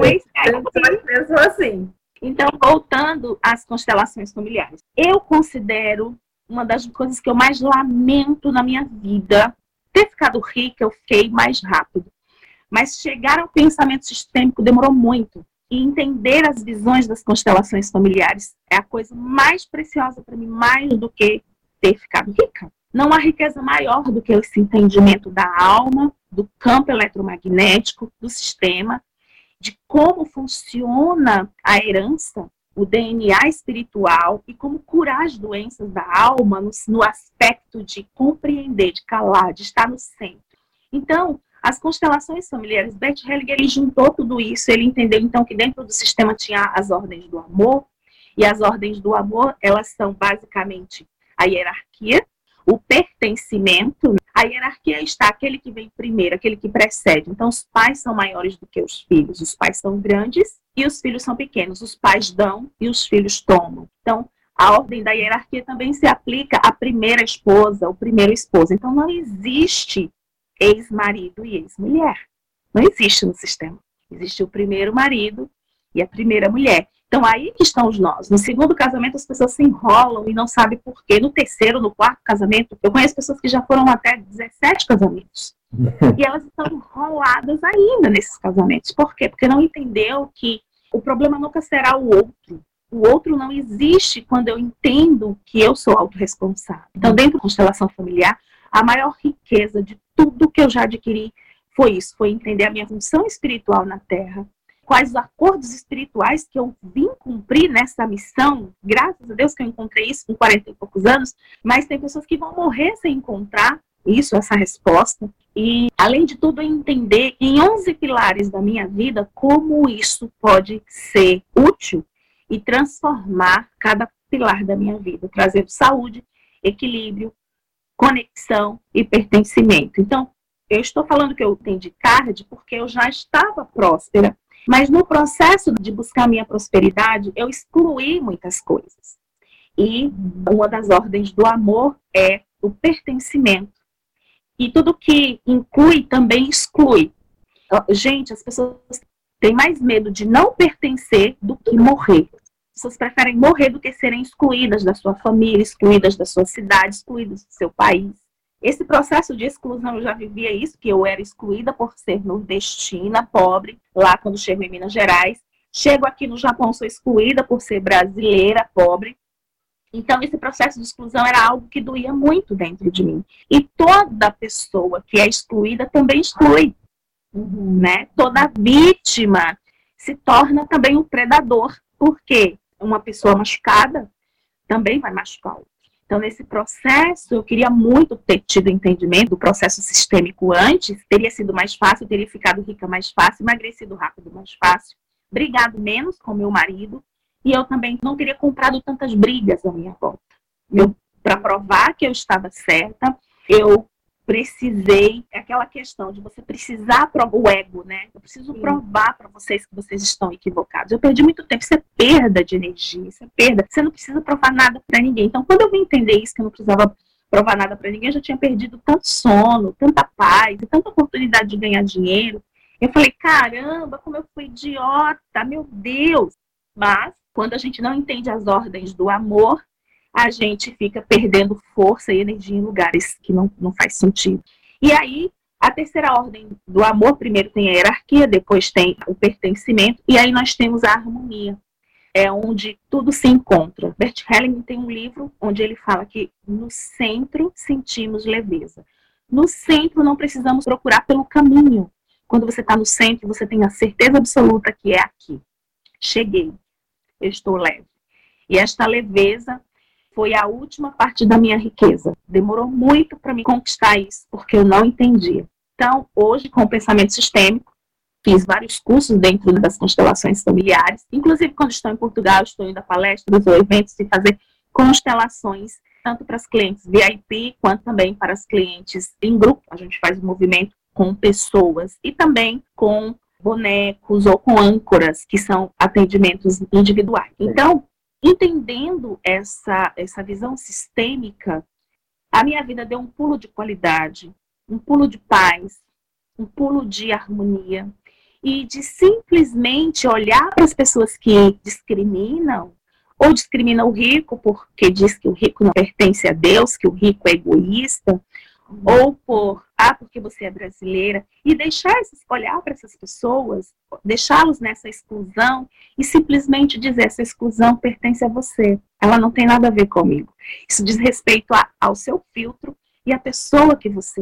pensam assim. Então, voltando às constelações familiares. Eu considero uma das coisas que eu mais lamento na minha vida. Ter ficado rica, eu fiquei mais rápido. Mas chegar ao pensamento sistêmico demorou muito. E entender as visões das constelações familiares é a coisa mais preciosa para mim, mais do que ter ficado rica. Não há riqueza maior do que esse entendimento da alma, do campo eletromagnético, do sistema, de como funciona a herança, o DNA espiritual e como curar as doenças da alma no aspecto de compreender, de calar, de estar no centro. Então, as constelações familiares, Bert Hellinger, ele juntou tudo isso, ele entendeu então que dentro do sistema tinha as ordens do amor, e as ordens do amor, elas são basicamente a hierarquia, o pertencimento. A hierarquia está aquele que vem primeiro, aquele que precede. Então, os pais são maiores do que os filhos. Os pais são grandes e os filhos são pequenos. Os pais dão e os filhos tomam. Então, a ordem da hierarquia também se aplica à primeira esposa, ao primeiro esposo. Então, não existe ex-marido e ex-mulher. Não existe no sistema. Existe o primeiro marido e a primeira mulher. Então, aí que estão os nós. No segundo casamento, as pessoas se enrolam e não sabem por quê. No terceiro, no quarto casamento, eu conheço pessoas que já foram até 17 casamentos. E elas estão enroladas ainda nesses casamentos. Por quê? Porque não entendeu que o problema nunca será o outro. O outro não existe quando eu entendo que eu sou autorresponsável. Então, dentro da constelação familiar, a maior riqueza de tudo que eu já adquiri foi isso. Foi entender a minha função espiritual na Terra. Quais os acordos espirituais que eu vim cumprir nessa missão. Graças a Deus que eu encontrei isso com 40 e poucos anos, mas tem pessoas que vão morrer sem encontrar isso, essa resposta. E, além de tudo, entender em 11 pilares da minha vida como isso pode ser útil e transformar cada pilar da minha vida, trazendo saúde, equilíbrio, conexão e pertencimento. Então, eu estou falando que eu entendi tarde porque eu já estava próspera. Mas no processo de buscar minha prosperidade, eu excluí muitas coisas. E uma das ordens do amor é o pertencimento. E tudo que inclui também exclui. Gente, as pessoas têm mais medo de não pertencer do que morrer. As pessoas preferem morrer do que serem excluídas da sua família, excluídas da sua cidade, excluídas do seu país. Esse processo de exclusão, eu já vivia isso, que eu era excluída por ser nordestina, pobre, lá quando chego em Minas Gerais. Chego aqui no Japão, sou excluída por ser brasileira, pobre. Então, esse processo de exclusão era algo que doía muito dentro de mim. E toda pessoa que é excluída também exclui. Né? Toda vítima se torna também um predador. Porque uma pessoa machucada também vai machucar outra. Então, nesse processo, eu queria muito ter tido entendimento do processo sistêmico antes. Teria sido mais fácil, teria ficado rica mais fácil, emagrecido rápido mais fácil, brigado menos com meu marido. E eu também não teria comprado tantas brigas à minha volta. Para provar que eu estava certa, eu precisei, aquela questão de você precisar provar o ego, né? Eu preciso provar para vocês que vocês estão equivocados. Eu perdi muito tempo, isso é perda de energia, isso é perda. Você não precisa provar nada para ninguém. Então, quando eu vim entender isso, que eu não precisava provar nada para ninguém, eu já tinha perdido tanto sono, tanta paz, e tanta oportunidade de ganhar dinheiro. Eu falei, caramba, como eu fui idiota, meu Deus! Mas, quando a gente não entende as ordens do amor, a gente fica perdendo força e energia em lugares que não faz sentido. E aí, a terceira ordem do amor, primeiro tem a hierarquia, depois tem o pertencimento, e aí nós temos a harmonia. É onde tudo se encontra. Bert Hellinger tem um livro onde ele fala que no centro sentimos leveza. No centro não precisamos procurar pelo caminho. Quando você está no centro, você tem a certeza absoluta que é aqui. Cheguei. Eu estou leve. E esta leveza foi a última parte da minha riqueza. Demorou muito para me conquistar isso, porque eu não entendia. Então, hoje, com o pensamento sistêmico, fiz vários cursos dentro das constelações familiares. Inclusive, quando estou em Portugal, estou indo a palestras ou eventos e fazer constelações, tanto para as clientes VIP, quanto também para as clientes em grupo. A gente faz um movimento com pessoas e também com bonecos ou com âncoras, que são atendimentos individuais. Então, entendendo essa visão sistêmica, a minha vida deu um pulo de qualidade, um pulo de paz, um pulo de harmonia, e de simplesmente olhar para as pessoas que discriminam, ou discriminam o rico porque diz que o rico não pertence a Deus, que o rico é egoísta, ou porque você é brasileira, e olhar para essas pessoas, deixá-los nessa exclusão e simplesmente dizer, essa exclusão pertence a você, ela não tem nada a ver comigo. Isso diz respeito ao seu filtro e à pessoa que você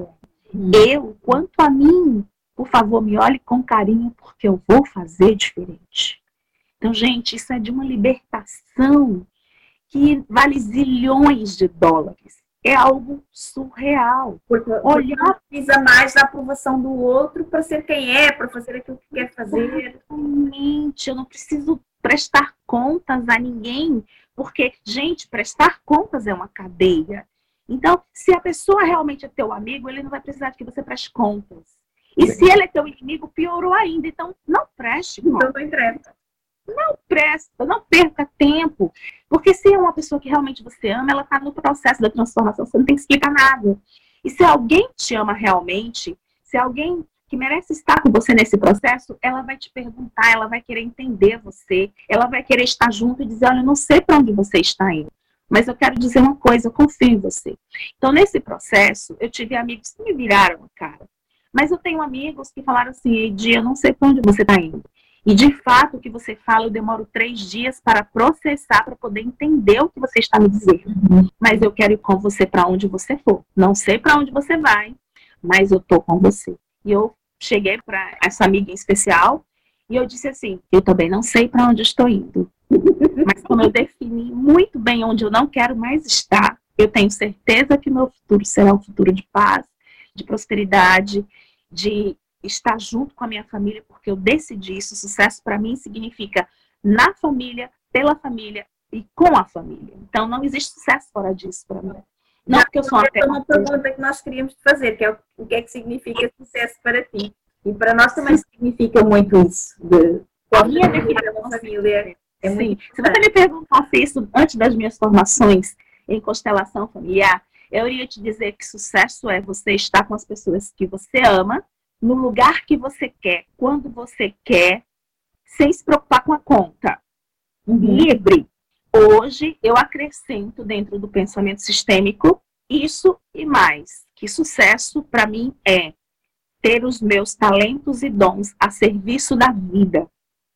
é. Quanto a mim, por favor, me olhe com carinho, porque eu vou fazer diferente. Então, gente, isso é de uma libertação que vale zilhões de dólares. É algo surreal. Porque olhar precisa mais da aprovação do outro para ser quem é, para fazer aquilo que quer fazer. Exatamente. Eu não preciso prestar contas a ninguém, porque, gente, prestar contas é uma cadeia. Então, se a pessoa realmente é teu amigo, ele não vai precisar de que você preste contas. E se ele é teu inimigo, piorou ainda. Então, não preste contas. Então, não entrega. Não presta, não perca tempo. Porque se é uma pessoa que realmente você ama, ela está no processo da transformação, você não tem que explicar nada. E se alguém te ama realmente, se alguém que merece estar com você nesse processo, ela vai te perguntar, ela vai querer entender você, ela vai querer estar junto e dizer, olha, eu não sei para onde você está indo, mas eu quero dizer uma coisa, eu confio em você. Então, nesse processo, eu tive amigos que me viraram a cara. Mas eu tenho amigos que falaram assim, Edi, eu não sei para onde você está indo. E, de fato, o que você fala, eu demoro 3 dias para processar, para poder entender o que você está me dizendo. Mas eu quero ir com você para onde você for. Não sei para onde você vai, mas eu estou com você. E eu cheguei para essa amiga em especial e eu disse assim, eu também não sei para onde estou indo. Mas como eu defini muito bem onde eu não quero mais estar, eu tenho certeza que meu futuro será um futuro de paz, de prosperidade, de estar junto com a minha família, porque eu decidi isso. Sucesso para mim significa na família, pela família e com a família. Então não existe sucesso fora disso para mim. Não porque eu sou uma pergunta que nós queríamos fazer, que é o que é que significa sucesso para ti. E para nós também significa muito isso. A minha definição família Sim. Se você me perguntasse isso antes das minhas formações em constelação familiar, eu iria te dizer que sucesso é você estar com as pessoas que você ama, no lugar que você quer, quando você quer, sem se preocupar com a conta. Livre. Hoje, eu acrescento dentro do pensamento sistêmico isso e mais. Que sucesso, para mim, é ter os meus talentos e dons a serviço da vida.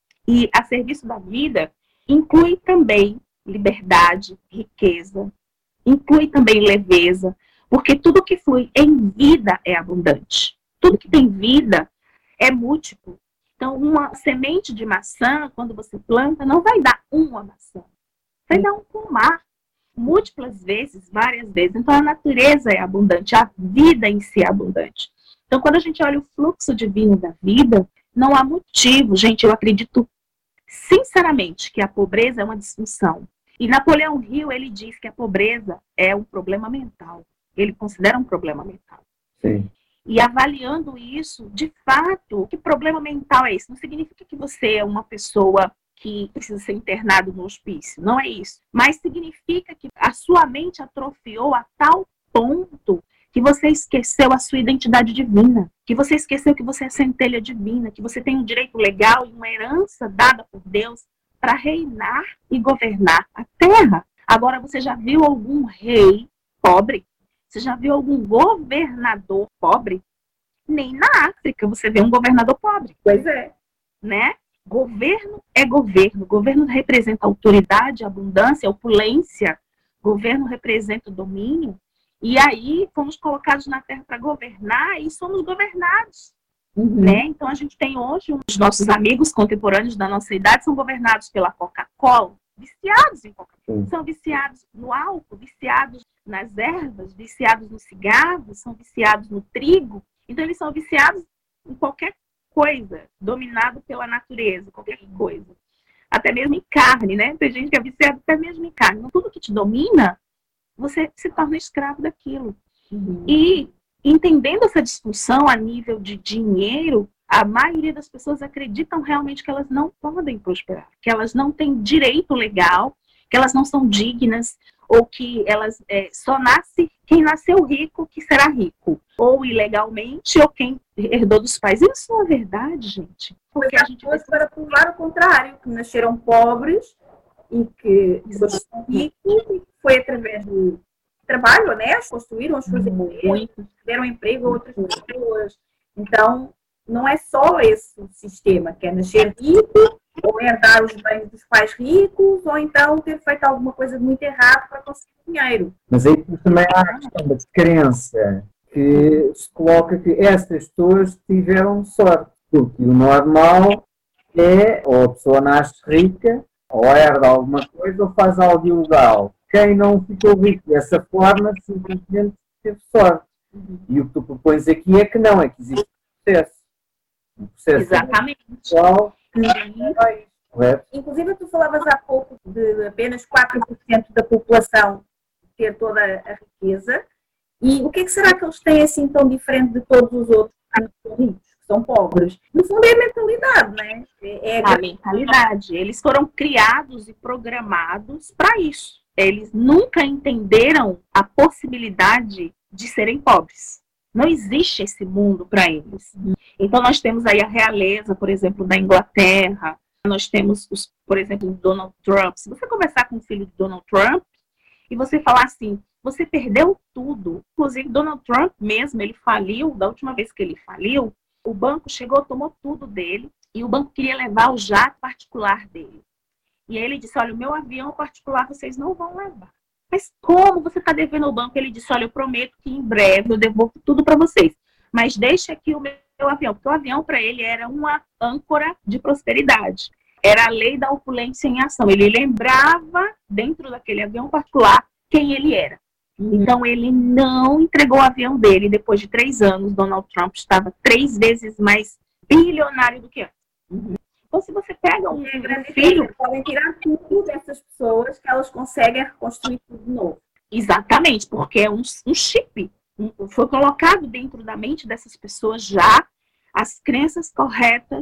E a serviço da vida inclui também liberdade, riqueza, inclui também leveza, porque tudo que flui em vida é abundante. Tudo que tem vida é múltiplo. Então, uma semente de maçã, quando você planta, não vai dar uma maçã. Vai dar um pomar. Múltiplas vezes, várias vezes. Então, a natureza é abundante, a vida em si é abundante. Então, quando a gente olha o fluxo divino da vida, não há motivo. Gente, eu acredito sinceramente que a pobreza é uma disfunção. E Napoleão Hill, ele diz que a pobreza é um problema mental. Ele considera um problema mental. Sim. E avaliando isso, de fato, que problema mental é esse? Não significa que você é uma pessoa que precisa ser internado no hospício. Não é isso. Mas significa que a sua mente atrofiou a tal ponto que você esqueceu a sua identidade divina, que você esqueceu que você é centelha divina, que você tem um direito legal e uma herança dada por Deus para reinar e governar a terra. Agora, você já viu algum rei pobre? Você já viu algum governador pobre? Nem na África você vê um governador pobre. Pois é. Né? Governo é governo. Governo representa autoridade, abundância, opulência. Governo representa domínio. E aí fomos colocados na terra para governar e somos governados. Né? Então a gente tem hoje, os nossos amigos contemporâneos da nossa idade são governados pela Coca-Cola, viciados em Coca-Cola. São viciados no álcool, viciados nas ervas, viciados no cigarro, são viciados no trigo. Então eles são viciados em qualquer coisa, dominado pela natureza, qualquer coisa. Até mesmo em carne, né? Tem gente que é viciada até mesmo em carne. Então, tudo que te domina, você se torna escravo daquilo. E entendendo essa disfunção a nível de dinheiro, a maioria das pessoas acreditam realmente que elas não podem prosperar, que elas não têm direito legal, que elas não são dignas, ou que elas só nasce quem nasceu rico que será rico, ou ilegalmente, ou quem herdou dos pais. Isso não é verdade, gente. Porque a gente vai para provar o contrário, que nasceram pobres e que são ricos, e foi através do trabalho, né? Construíram as suas empresas, deram emprego a outras pessoas. Então, não é só esse o sistema, que é nascer rico, ou herdar os bens dos pais ricos, ou então ter feito alguma coisa de muito errado para conseguir dinheiro. Mas aí também há a questão da crença, que se coloca que essas pessoas tiveram sorte, porque o normal é ou a pessoa nasce rica, ou herda alguma coisa, ou faz algo ilegal. Quem não ficou rico dessa forma simplesmente teve sorte. E o que tu propões aqui é que não, é que existe um processo. Um processo exatamente. Qual Inclusive, tu falavas há pouco de apenas 4% da população ter toda a riqueza. E o que é que será que eles têm assim tão diferente de todos os outros que são ricos, que são pobres? No fundo é a mentalidade, não é? A mentalidade. Eles foram criados e programados para isso. Eles nunca entenderam a possibilidade de serem pobres. Não existe esse mundo para eles. Então, nós temos aí a realeza, por exemplo, da Inglaterra. Nós temos, por exemplo, o Donald Trump. Se você conversar com o filho de Donald Trump e você falar assim, você perdeu tudo. Inclusive, Donald Trump mesmo, ele faliu. Da última vez que ele faliu, o banco chegou, tomou tudo dele e o banco queria levar o jato particular dele. E aí ele disse, olha, o meu avião particular vocês não vão levar. Mas como você está devendo ao banco? Ele disse, olha, eu prometo que em breve eu devolvo tudo para vocês. Mas deixa aqui o meu avião. Porque o avião para ele era uma âncora de prosperidade. Era a lei da opulência em ação. Ele lembrava, dentro daquele avião particular, quem ele era. Então, ele não entregou o avião dele. Depois de 3 anos, Donald Trump estava 3 vezes mais bilionário do que antes. Então, se você pega um filho... Podem tirar tudo dessas pessoas que elas conseguem reconstruir tudo de novo. Exatamente, porque é um chip. Foi colocado dentro da mente dessas pessoas já as crenças corretas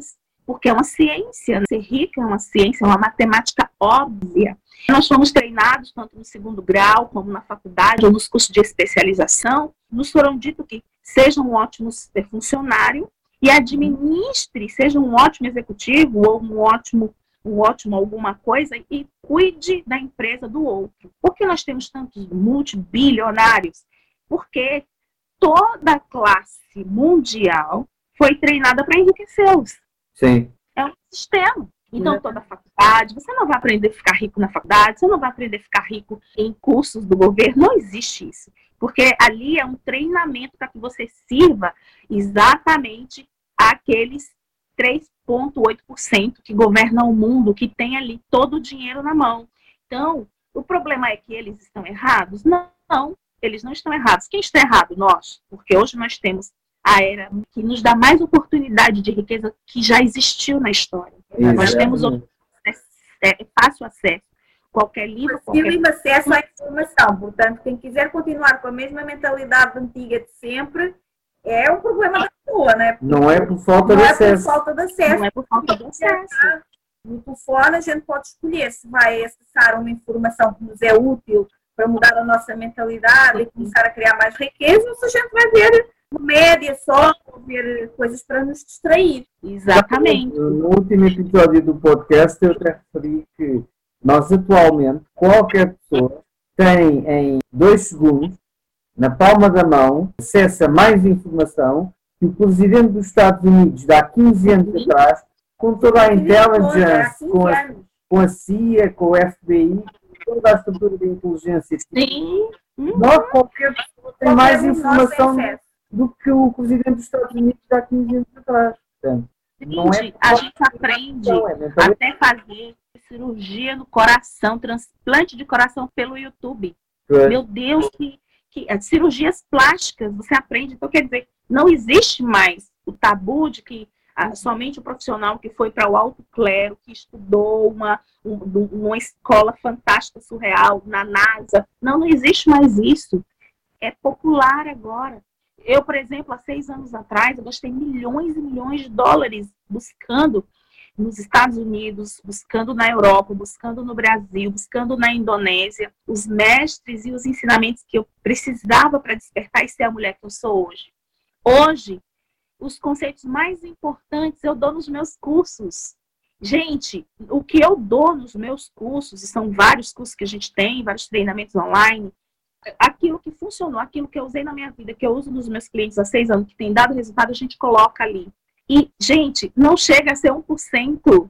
porque é uma ciência, né? Ser rico é uma ciência, é uma matemática óbvia. Nós fomos treinados, tanto no segundo grau, como na faculdade, ou nos cursos de especialização, nos foram dito que seja um ótimo funcionário e administre, seja um ótimo executivo ou um ótimo alguma coisa e cuide da empresa do outro. Por que nós temos tantos multibilionários? Porque toda a classe mundial foi treinada para enriquecê-los. Sim. É um sistema. Então, toda a faculdade, você não vai aprender a ficar rico na faculdade, você não vai aprender a ficar rico em cursos do governo, não existe isso. Porque ali é um treinamento para que você sirva exatamente aqueles 3,8% que governam o mundo, que tem ali todo o dinheiro na mão. Então, o problema é que eles estão errados? Não, eles não estão errados. Quem está errado? Nós. Porque hoje nós temos a era que nos dá mais oportunidade de riqueza que já existiu na história. Nós temos fácil acesso. Qualquer livro, fácil acesso à informação. Portanto, quem quiser continuar com a mesma mentalidade antiga de sempre, é um problema da pessoa, né? Não é por falta de acesso. Não é por falta de acesso. No telefone, a gente pode escolher se vai acessar uma informação que nos é útil para mudar a nossa mentalidade e começar a criar mais riqueza, ou se a gente vai ver média só, ver coisas para nos distrair. Exatamente. No último episódio do podcast, eu até referi que nós atualmente, qualquer pessoa tem em 2 segundos, na palma da mão, acesso a mais informação que o Presidente dos Estados Unidos, de há 15 anos atrás, com toda a intelligence, com a CIA, com o FBI, toda a estrutura de inteligência. Sim. Nós, qualquer pessoa, tem mais informação do que o Presidente dos Estados Unidos de há 15 anos atrás. Portanto, a gente aprende até fazer cirurgia no coração, transplante de coração pelo YouTube. Meu Deus, que cirurgias plásticas você aprende. Então, quer dizer, não existe mais o tabu de que somente o profissional que foi para o alto clero, que estudou uma escola fantástica, surreal, na NASA. Não existe mais isso. É popular agora. Eu, por exemplo, há 6 anos atrás, eu gastei milhões e milhões de dólares buscando nos Estados Unidos, buscando na Europa, buscando no Brasil, buscando na Indonésia, os mestres e os ensinamentos que eu precisava para despertar e ser a mulher que eu sou hoje. Hoje, os conceitos mais importantes eu dou nos meus cursos. Gente, o que eu dou nos meus cursos, e são vários cursos que a gente tem, vários treinamentos online, aquilo que funcionou, aquilo que eu usei na minha vida, que eu uso nos meus clientes há 6 anos, que tem dado resultado, a gente coloca ali. E, gente, não chega a ser 1%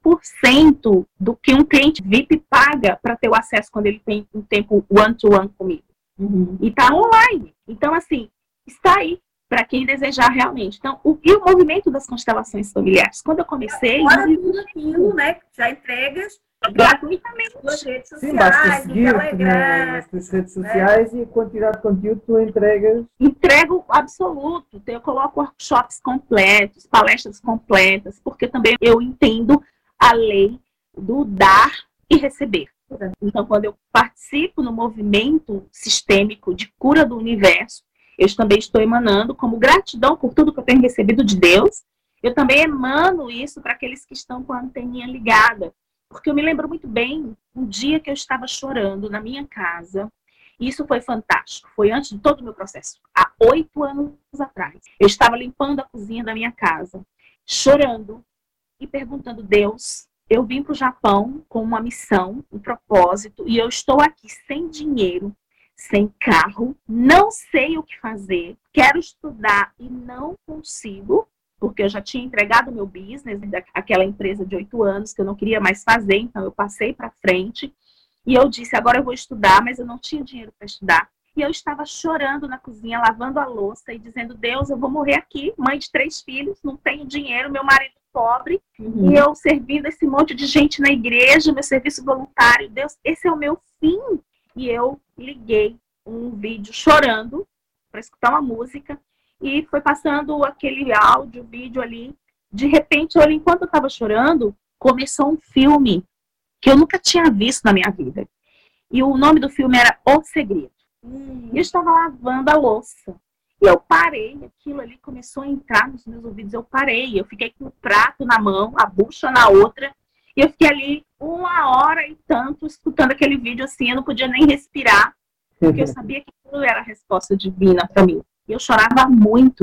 do que um cliente VIP paga para ter o acesso quando ele tem um tempo one-to-one comigo. E está online. Então, assim, está aí para quem desejar realmente. Então, e o movimento das constelações familiares? Quando eu comecei... Agora tudo aquilo, né? Já entregas gratuitamente nas redes sociais, sim, basta seguir-te nas tuas redes sociais, e a quantidade de conteúdo que tu entregas. Entrego absoluto. Eu coloco workshops completos, palestras completas, porque também eu entendo a lei do dar e receber. Então, quando eu participo no movimento sistêmico de cura do universo, eu também estou emanando como gratidão por tudo que eu tenho recebido de Deus. Eu também emano isso para aqueles que estão com a anteninha ligada. Porque eu me lembro muito bem um dia que eu estava chorando na minha casa. E isso foi fantástico. Foi antes de todo o meu processo. Há 8 anos atrás. Eu estava limpando a cozinha da minha casa, chorando e perguntando: Deus, eu vim para o Japão com uma missão, um propósito, e eu estou aqui sem dinheiro, sem carro, não sei o que fazer, quero estudar e não consigo, porque eu já tinha entregado meu business, aquela empresa de 8 anos que eu não queria mais fazer, então eu passei para frente. E eu disse: agora eu vou estudar, mas eu não tinha dinheiro para estudar. E eu estava chorando na cozinha, lavando a louça e dizendo: Deus, eu vou morrer aqui, mãe de 3 filhos, não tenho dinheiro, meu marido pobre, e eu servindo esse monte de gente na igreja, meu serviço voluntário. Deus, esse é o meu fim. E eu liguei um vídeo chorando para escutar uma música e foi passando aquele áudio, vídeo ali. De repente, olha, enquanto eu estava chorando, começou um filme que eu nunca tinha visto na minha vida. E o nome do filme era O Segredo. E eu estava lavando a louça. E eu parei, aquilo ali começou a entrar nos meus ouvidos, eu parei, eu fiquei com o prato na mão, a bucha na outra, e eu fiquei ali 1 hora e tanto escutando aquele vídeo assim, eu não podia nem respirar, porque eu sabia que aquilo era a resposta divina para mim. E eu chorava muito,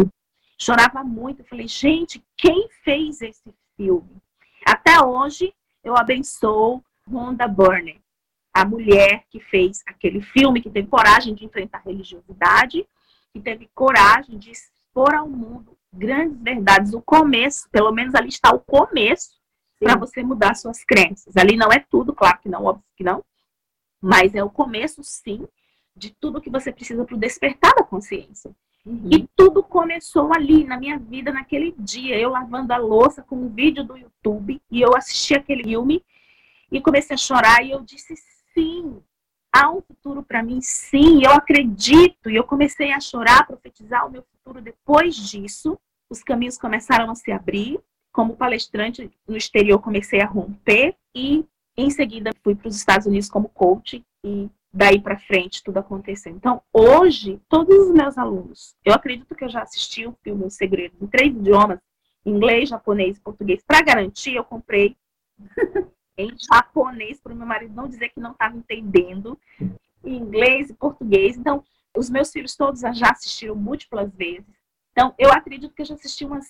eu falei, gente, quem fez esse filme? Até hoje, eu abençoo Rhonda Byrne, a mulher que fez aquele filme, que teve coragem de enfrentar a religiosidade, que teve coragem de expor ao mundo grandes verdades. O começo, pelo menos ali está o começo, para você mudar suas crenças. Ali não é tudo, claro que não, óbvio que não, mas é o começo, sim, de tudo que você precisa para o despertar da consciência. E tudo começou ali, na minha vida, naquele dia, eu lavando a louça com um vídeo do YouTube, e eu assisti aquele filme, e comecei a chorar, e eu disse, sim, há um futuro para mim, sim, eu acredito. E eu comecei a chorar, a profetizar o meu futuro. Depois disso, os caminhos começaram a se abrir. Como palestrante no exterior, comecei a romper. E, em seguida, fui para os Estados Unidos como coach. E daí para frente, tudo aconteceu. Então, hoje, todos os meus alunos, eu acredito que eu já assisti o filme O Segredo em 3 idiomas, inglês, japonês e português. Para garantir, eu comprei em japonês, para o meu marido não dizer que não estava entendendo, em inglês e português. Então, os meus filhos todos já assistiram múltiplas vezes. Então, eu acredito que eu já assisti umas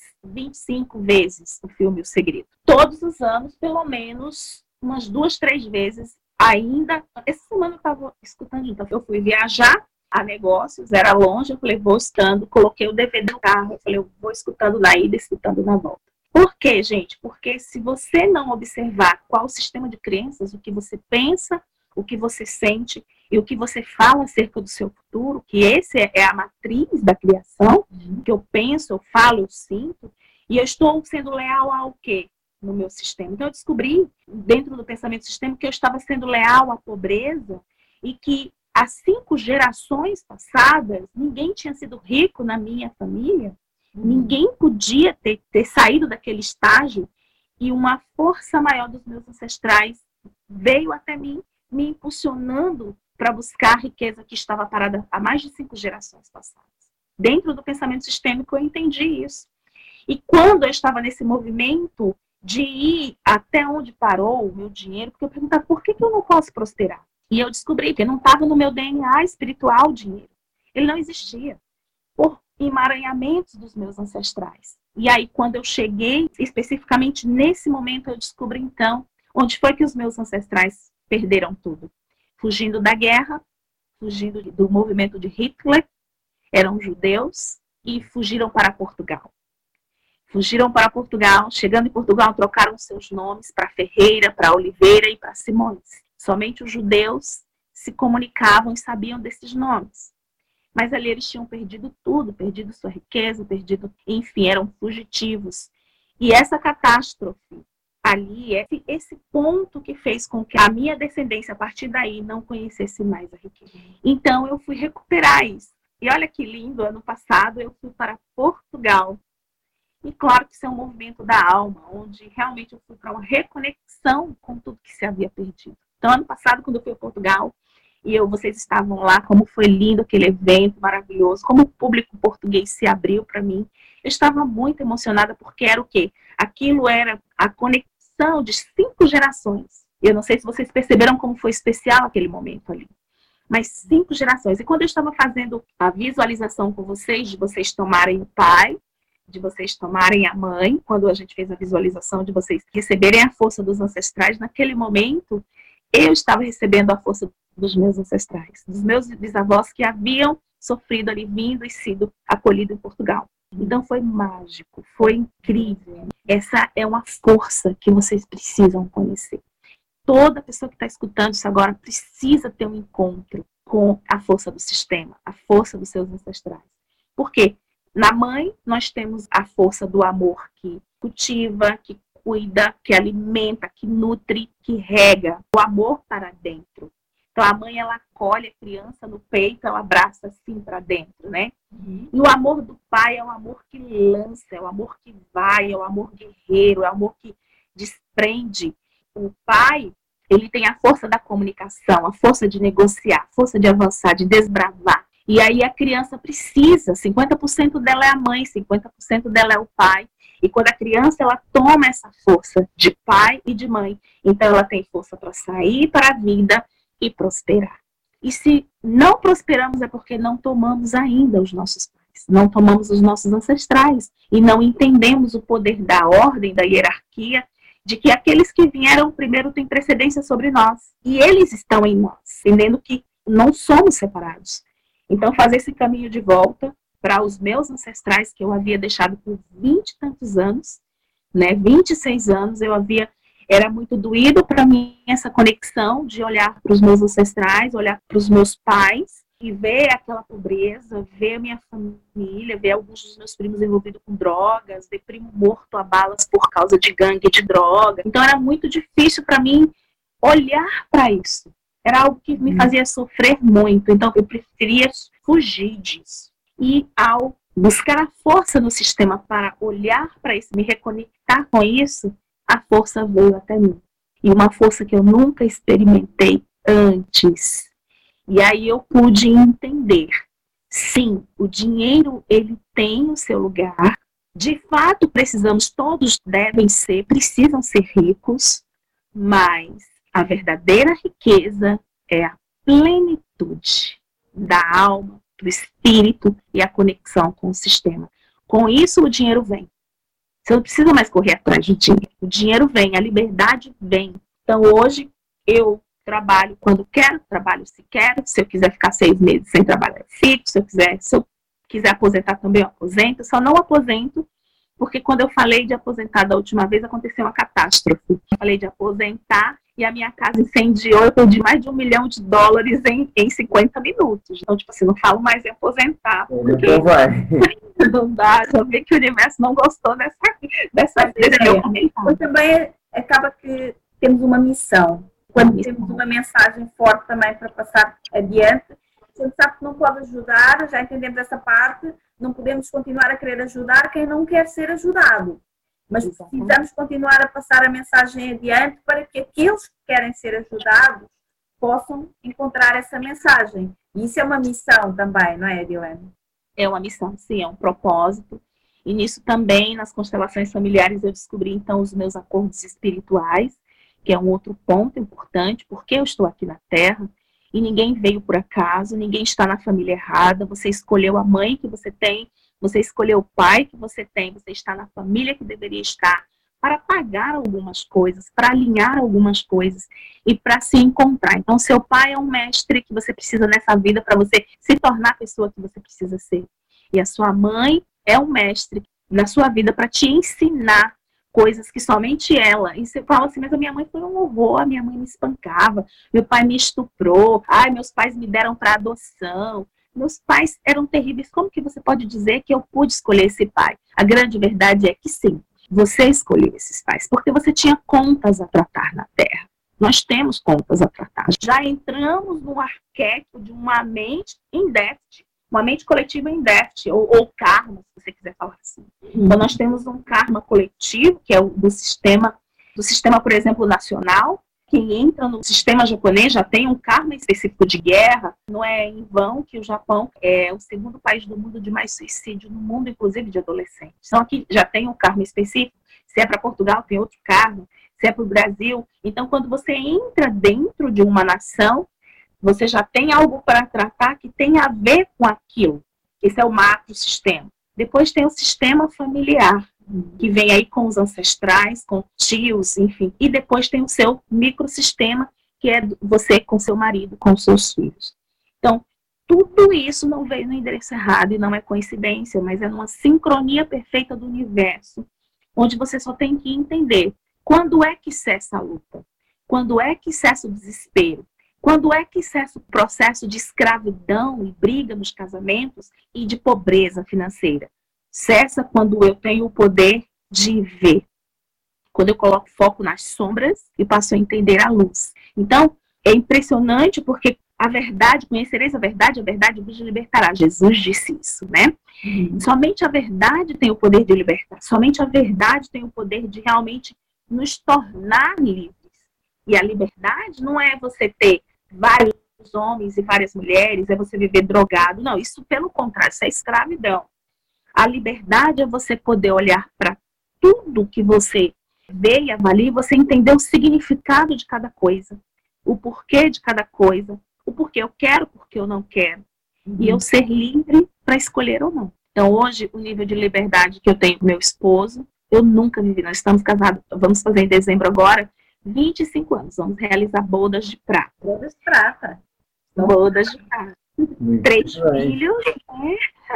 25 vezes o filme O Segredo. Todos os anos, pelo menos, umas 2, 3 vezes. Ainda, essa semana eu estava escutando, então eu fui viajar a negócios, era longe, eu falei, vou escutando, coloquei o DVD no carro, eu falei, eu vou escutando na ida, escutando na volta. Por quê, gente? Porque se você não observar qual o sistema de crenças, o que você pensa, o que você sente e o que você fala acerca do seu futuro, que esse é a matriz da criação, que eu penso, eu falo, eu sinto, e eu estou sendo leal ao quê? No meu sistema. Então eu descobri, dentro do pensamento sistêmico, que eu estava sendo leal à pobreza e que há 5 gerações passadas, ninguém tinha sido rico na minha família. Ninguém podia ter saído daquele estágio e uma força maior dos meus ancestrais veio até mim, me impulsionando para buscar a riqueza que estava parada há mais de 5 gerações passadas. Dentro do pensamento sistêmico eu entendi isso. E quando eu estava nesse movimento de ir até onde parou o meu dinheiro, porque eu perguntava por que eu não posso prosperar? E eu descobri que não estava no meu DNA espiritual o dinheiro. Ele não existia. Por emaranhamentos dos meus ancestrais. E aí, quando eu cheguei, especificamente nesse momento, eu descobri, então, onde foi que os meus ancestrais perderam tudo. Fugindo da guerra, fugindo do movimento de Hitler, eram judeus e fugiram para Portugal. Fugiram para Portugal, chegando em Portugal, trocaram seus nomes para Ferreira, para Oliveira e para Simões. Somente os judeus se comunicavam e sabiam desses nomes. Mas ali eles tinham perdido tudo, perdido sua riqueza, perdido, enfim, eram fugitivos. E essa catástrofe ali, esse ponto que fez com que a minha descendência, a partir daí, não conhecesse mais a riqueza. Então, eu fui recuperar isso. E olha que lindo, ano passado eu fui para Portugal. E claro que isso é um movimento da alma, onde realmente eu fui para uma reconexão com tudo que se havia perdido. Então, ano passado, quando eu fui a Portugal, e vocês estavam lá, como foi lindo aquele evento maravilhoso, como o público português se abriu para mim. Eu estava muito emocionada, porque era o quê? Aquilo era a conexão de 5 gerações. Eu não sei se vocês perceberam como foi especial aquele momento ali. Mas 5 gerações. E quando eu estava fazendo a visualização com vocês, de vocês tomarem o pai, de vocês tomarem a mãe, quando a gente fez a visualização de vocês receberem a força dos ancestrais, naquele momento, eu estava recebendo a força dos meus ancestrais, dos meus bisavós que haviam sofrido ali, vindo e sido acolhido em Portugal. Então foi mágico, foi incrível. Essa é uma força que vocês precisam conhecer. Toda pessoa que está escutando isso agora precisa ter um encontro com a força do sistema, a força dos seus ancestrais. Por quê? Na mãe, nós temos a força do amor que cultiva, que cuida, que alimenta, que nutre, que rega. O amor para dentro. Então, a mãe, ela acolhe a criança no peito, ela abraça assim para dentro, né? E o amor do pai é o amor que lança, é o amor que vai, é o amor guerreiro, é o amor que desprende. O pai, ele tem a força da comunicação, a força de negociar, a força de avançar, de desbravar. E aí a criança precisa, 50% dela é a mãe, 50% dela é o pai. E quando a criança ela toma essa força de pai e de mãe, então ela tem força para sair para a vida e prosperar. E se não prosperamos é porque não tomamos ainda os nossos pais, não tomamos os nossos ancestrais e não entendemos o poder da ordem, da hierarquia, de que aqueles que vieram primeiro têm precedência sobre nós. E eles estão em nós, entendendo que não somos separados. Então fazer esse caminho de volta para os meus ancestrais, que eu havia deixado por 20 e tantos anos, né, 26 anos, era muito doído para mim essa conexão de olhar para os meus ancestrais, olhar para os meus pais e ver aquela pobreza, ver a minha família, ver alguns dos meus primos envolvidos com drogas, ver primo morto a balas por causa de gangue de droga. Então era muito difícil para mim olhar para isso. Era algo que me fazia sofrer muito, então eu preferia fugir disso. E ao buscar a força no sistema para olhar para isso, me reconectar com isso, a força veio até mim. E uma força que eu nunca experimentei antes. E aí eu pude entender. Sim, o dinheiro, ele tem o seu lugar. De fato, todos precisam ser ricos, mas a verdadeira riqueza é a plenitude da alma, do espírito e a conexão com o sistema. Com isso, o dinheiro vem. Você não precisa mais correr atrás do dinheiro. O dinheiro vem, a liberdade vem. Então, hoje, eu trabalho quando quero, trabalho se quero. Se eu quiser ficar 6 meses sem trabalhar, eu fico. Se eu quiser aposentar também, eu aposento. Eu só não aposento, porque quando eu falei de aposentar da última vez, aconteceu uma catástrofe. Eu falei de aposentar e a minha casa incendiou. Eu perdi mais de $1 milhão em 50 minutos. Então, tipo assim, não falo mais em aposentar. Então vai. Não dá, só ver que o universo não gostou dessa ideia. Mas também acaba que temos uma missão. Quando temos uma mensagem forte também para passar adiante, a gente sabe que não pode ajudar, já entendemos essa parte, não podemos continuar a querer ajudar quem não quer ser ajudado. Mas precisamos continuar a passar a mensagem adiante para que aqueles que querem ser ajudados possam encontrar essa mensagem. E isso é uma missão também, não é, Edilene? É uma missão, sim, é um propósito. E nisso também, nas constelações familiares, eu descobri, então, os meus acordos espirituais, que é um outro ponto importante, porque eu estou aqui na Terra, e ninguém veio por acaso, ninguém está na família errada, você escolheu a mãe que você tem, você escolheu o pai que você tem, você está na família que deveria estar, para pagar algumas coisas, para alinhar algumas coisas e para se encontrar. Então, seu pai é um mestre que você precisa nessa vida para você se tornar a pessoa que você precisa ser. E a sua mãe é um mestre na sua vida para te ensinar coisas que somente ela. E você fala assim, mas a minha mãe foi um horror, a minha mãe me espancava, meu pai me estuprou, meus pais me deram para adoção. Meus pais eram terríveis. Como que você pode dizer que eu pude escolher esse pai? A grande verdade é que sim. Você escolheu esses pais, porque você tinha contas a tratar na Terra. Nós temos contas a tratar. Já entramos no arquétipo de uma mente em déficit, uma mente coletiva em déficit, ou karma, se você quiser falar assim. Então, nós temos um karma coletivo, que é o do sistema, por exemplo, nacional. Quem entra no sistema japonês já tem um karma específico de guerra. Não é em vão que o Japão é o segundo país do mundo de mais suicídio no mundo, inclusive de adolescentes. Então aqui já tem um karma específico. Se é para Portugal, tem outro karma. Se é para o Brasil. Então, quando você entra dentro de uma nação, você já tem algo para tratar que tem a ver com aquilo. Esse é o macro-sistema. Depois tem o sistema familiar, que vem aí com os ancestrais, com tios, enfim. E depois tem o seu microsistema, que é você com seu marido, com seus filhos. Então, tudo isso não veio no endereço errado e não é coincidência, mas é numa sincronia perfeita do universo, onde você só tem que entender quando é que cessa a luta, quando é que cessa o desespero, quando é que cessa o processo de escravidão e briga nos casamentos e de pobreza financeira. Cessa quando eu tenho o poder de ver. Quando eu coloco foco nas sombras e passo a entender a luz. Então, é impressionante porque a verdade, conhecereis a verdade vos libertará. Jesus disse isso, né? Somente a verdade tem o poder de libertar. Somente a verdade tem o poder de realmente nos tornar livres. E a liberdade não é você ter vários os homens e várias mulheres é você viver drogado. Não, isso pelo contrário, isso é escravidão. A liberdade é você poder olhar para tudo que você vê e avalia, você entender o significado de cada coisa, o porquê de cada coisa, o porquê eu quero, o porquê eu não quero. E eu ser livre para escolher ou não. Então, hoje, o nível de liberdade que eu tenho com meu esposo, eu nunca vivi. Nós estamos casados, vamos fazer em dezembro agora, 25 anos. Vamos realizar bodas de prata. Bodas de prata. Bodas de prata. Muito 3 bem. filhos, né?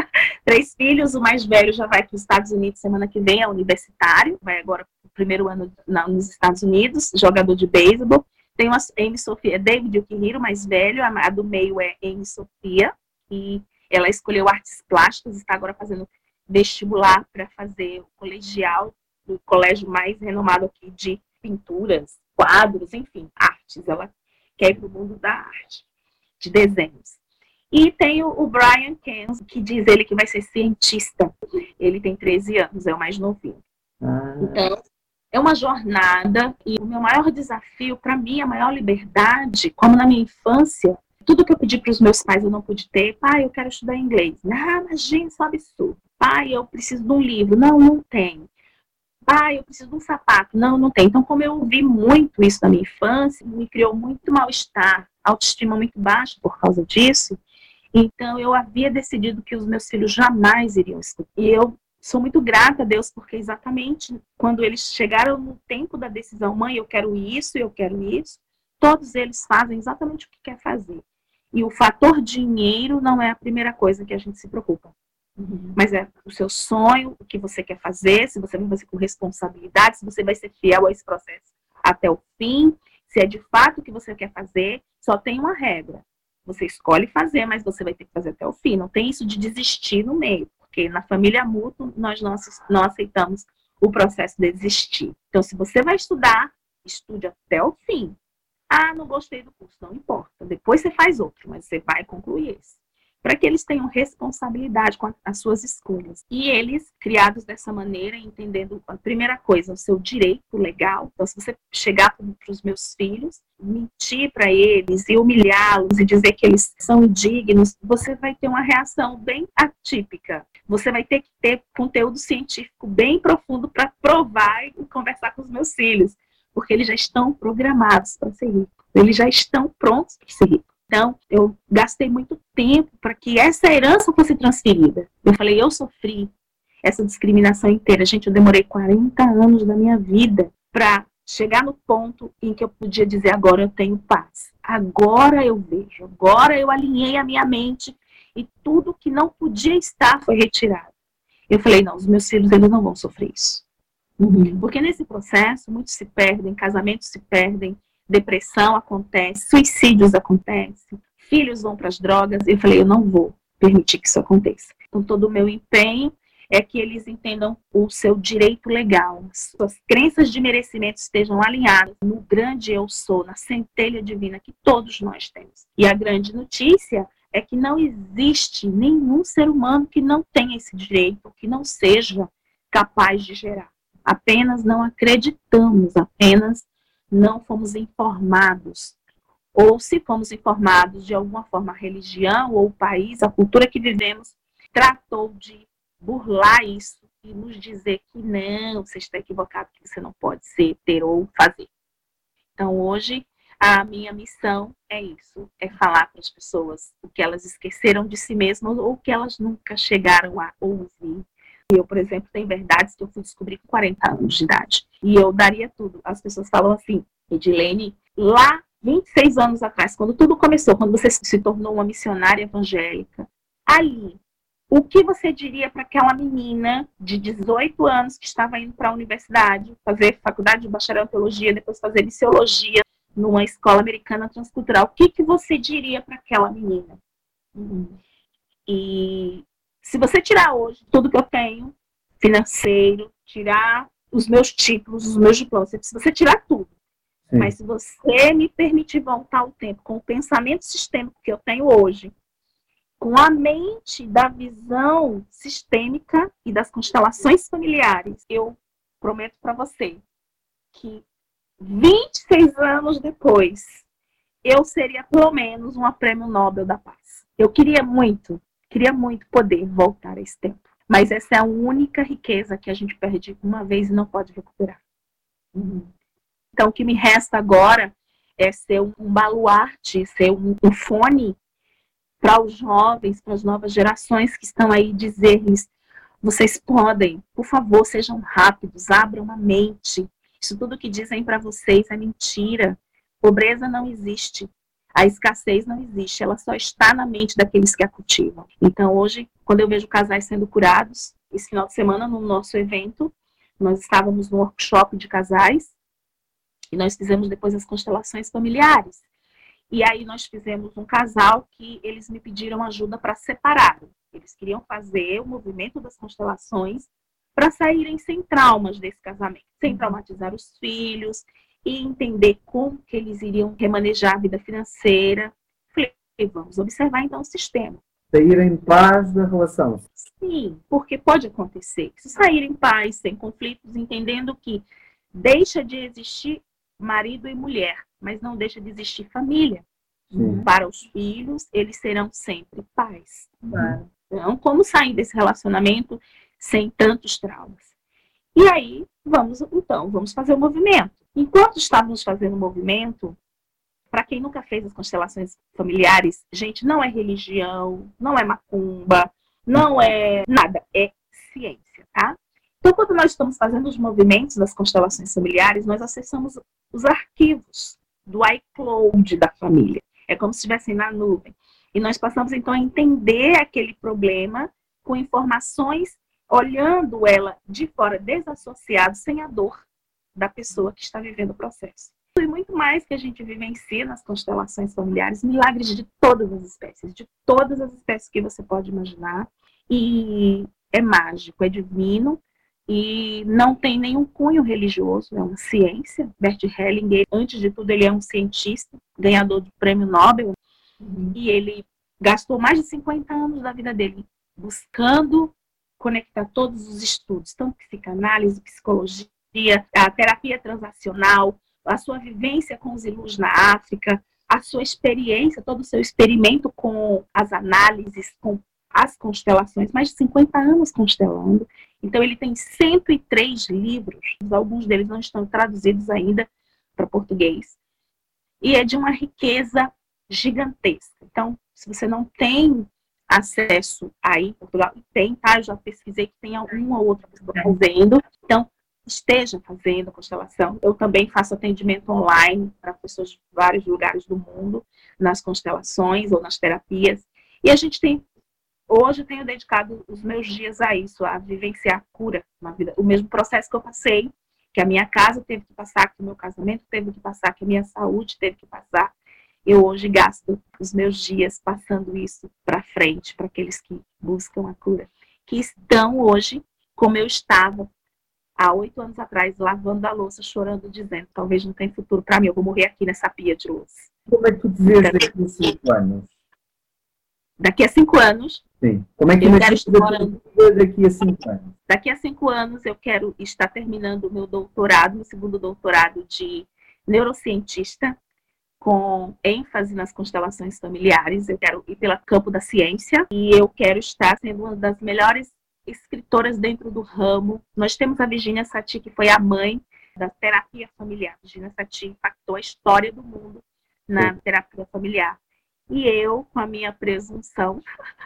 3 filhos, o mais velho já vai para os Estados Unidos semana que vem, é universitário, vai agora para o primeiro ano nos Estados Unidos, jogador de beisebol. Tem uma Amy Sofia, David Yukihiro, mais velho, a do meio é Amy Sofia, e ela escolheu artes plásticas, está agora fazendo vestibular para fazer o colegial, do colégio mais renomado aqui de pinturas, quadros, enfim, artes. Ela quer ir para o mundo da arte, de desenhos. E tem o Brian Kens, que diz ele que vai ser cientista. Ele tem 13 anos, é o mais novinho. Então, é uma jornada, e o meu maior desafio, para mim, a maior liberdade, como na minha infância, tudo que eu pedi para os meus pais eu não pude ter. Pai, eu quero estudar inglês. Ah, imagina, isso é um absurdo. Pai, eu preciso de um livro. Não, não tenho. Pai, eu preciso de um sapato. Não, não tem. Então, como eu ouvi muito isso na minha infância, me criou muito mal-estar, autoestima muito baixa por causa disso. Então, eu havia decidido que os meus filhos jamais iriam estudar. E eu sou muito grata a Deus, porque exatamente quando eles chegaram no tempo da decisão, mãe, eu quero isso, todos eles fazem exatamente o que quer fazer. E o fator dinheiro não é a primeira coisa que a gente se preocupa. Mas é o seu sonho, o que você quer fazer, se você vai fazer com responsabilidade, se você vai ser fiel a esse processo até o fim, se é de fato o que você quer fazer. Só tem uma regra: você escolhe fazer, mas você vai ter que fazer até o fim. Não tem isso de desistir no meio, porque na família mútua nós não aceitamos o processo de desistir. Então, se você vai estudar, estude até o fim. Ah, não gostei do curso, não importa. Depois você faz outro, mas você vai concluir esse. Para que eles tenham responsabilidade com as suas escolhas. E eles, criados dessa maneira, entendendo a primeira coisa, o seu direito legal. Então, se você chegar para os meus filhos, mentir para eles e humilhá-los e dizer que eles são indignos, você vai ter uma reação bem atípica. Você vai ter que ter conteúdo científico bem profundo para provar e conversar com os meus filhos. Porque eles já estão programados para ser ricos. Eles já estão prontos para ser ricos. Então, eu gastei muito tempo para que essa herança fosse transferida. Eu falei, eu sofri essa discriminação inteira. Gente, eu demorei 40 anos da minha vida para chegar no ponto em que eu podia dizer, agora eu tenho paz. Agora eu vejo, agora eu alinhei a minha mente e tudo que não podia estar foi retirado. Eu falei, não, os meus filhos, eles não vão sofrer isso. Porque nesse processo, muitos se perdem, casamentos se perdem, depressão acontece, suicídios acontecem, filhos vão para as drogas. Eu falei, eu não vou permitir que isso aconteça. Então, todo o meu empenho é que eles entendam o seu direito legal, suas crenças de merecimento estejam alinhadas no grande eu sou, na centelha divina que todos nós temos. E a grande notícia é que não existe nenhum ser humano que não tenha esse direito, que não seja capaz de gerar. Apenas não acreditamos, apenas não fomos informados. Ou se fomos informados de alguma forma, a religião ou o país, a cultura que vivemos, tratou de burlar isso e nos dizer que não, você está equivocado, que você não pode ser, ter ou fazer. Então, hoje, a minha missão é isso, é falar para as pessoas o que elas esqueceram de si mesmas ou o que elas nunca chegaram a ouvir. Eu, por exemplo, tenho verdades que eu fui descobrir com 40 anos de idade. E eu daria tudo. As pessoas falam assim, Edilene, lá 26 anos atrás, quando tudo começou, quando você se tornou uma missionária evangélica, ali, o que você diria para aquela menina de 18 anos que estava indo para a universidade, fazer faculdade de bacharel em teologia, depois fazer missiologia numa escola americana transcultural? O que você diria para aquela menina? E se você tirar hoje tudo que eu tenho, financeiro, tirar os meus títulos, os meus diplomas, se você tirar tudo, sim, mas se você me permitir voltar ao tempo com o pensamento sistêmico que eu tenho hoje, com a mente da visão sistêmica e das constelações familiares, eu prometo para você que 26 anos depois, eu seria pelo menos uma prêmio Nobel da Paz. Eu queria muito poder voltar a esse tempo. Mas essa é a única riqueza que a gente perde uma vez e não pode recuperar. Então, o que me resta agora é ser um baluarte, ser um fone para os jovens, para as novas gerações que estão aí, dizer-lhes: vocês podem, por favor, sejam rápidos, abram a mente. Isso tudo que dizem para vocês é mentira. Pobreza não existe. A escassez não existe, ela só está na mente daqueles que a cultivam. Então, hoje, quando eu vejo casais sendo curados, esse final de semana, no nosso evento, nós estávamos no workshop de casais, e nós fizemos depois as constelações familiares. E aí nós fizemos um casal que eles me pediram ajuda para separar. Eles queriam fazer o movimento das constelações para saírem sem traumas desse casamento, sem traumatizar os filhos, e entender como que eles iriam remanejar a vida financeira. Falei, vamos observar então o sistema. Sair em paz da relação. Sim, porque pode acontecer. Se sair em paz, sem conflitos, entendendo que deixa de existir marido e mulher, mas não deixa de existir família. Sim. Para os filhos, eles serão sempre pais. Claro. Então, como sair desse relacionamento sem tantos traumas? E aí, vamos fazer o movimento. Enquanto estávamos fazendo o movimento, para quem nunca fez as constelações familiares, gente, não é religião, não é macumba, não é nada, é ciência, tá? Então, quando nós estamos fazendo os movimentos das constelações familiares, nós acessamos os arquivos do iCloud da família. É como se estivessem na nuvem. E nós passamos, então, a entender aquele problema com informações, olhando ela de fora, desassociado, sem a dor da pessoa que está vivendo o processo. E muito mais que a gente vivencia nas constelações familiares, milagres de todas as espécies que você pode imaginar. E é mágico, é divino, e não tem nenhum cunho religioso, é uma ciência. Bert Hellinger, antes de tudo, ele é um cientista, ganhador do prêmio Nobel, e ele gastou mais de 50 anos da vida dele buscando conectar todos os estudos, tanto psicanálise, psicologia, a terapia transacional, a sua vivência com os ilus na África, a sua experiência, todo o seu experimento com as análises, com as constelações, mais de 50 anos constelando. Então, ele tem 103 livros, alguns deles não estão traduzidos ainda para português, e é de uma riqueza gigantesca. Então, se você não tem acesso aí em Portugal, tem, tá? Eu já pesquisei que tem uma ou outra pessoa fazendo, então, esteja fazendo a constelação. Eu também faço atendimento online para pessoas de vários lugares do mundo, nas constelações ou nas terapias. E a gente tem, hoje eu tenho dedicado os meus dias a isso, a vivenciar a cura na vida. O mesmo processo que eu passei, que a minha casa teve que passar, que o meu casamento teve que passar, que a minha saúde teve que passar. Eu hoje gasto os meus dias passando isso para frente, para aqueles que buscam a cura, que estão hoje como eu estava há 8 anos atrás, lavando a louça, chorando, dizendo: talvez não tenha futuro para mim, eu vou morrer aqui nessa pia de louça. Como é que tu te vês daqui a 5 anos? Daqui a 5 anos, Sim. Como é que eu quero estar morando. Daqui a 5 anos? Daqui a 5 anos, eu quero estar terminando o meu doutorado, meu segundo doutorado de neurocientista, com ênfase nas constelações familiares. Eu quero ir pelo campo da ciência e eu quero estar sendo uma das melhores escritoras dentro do ramo. Nós temos a Virginia Satir, que foi a mãe da terapia familiar. Virginia Satir impactou a história do mundo na terapia familiar. E eu, com a minha presunção,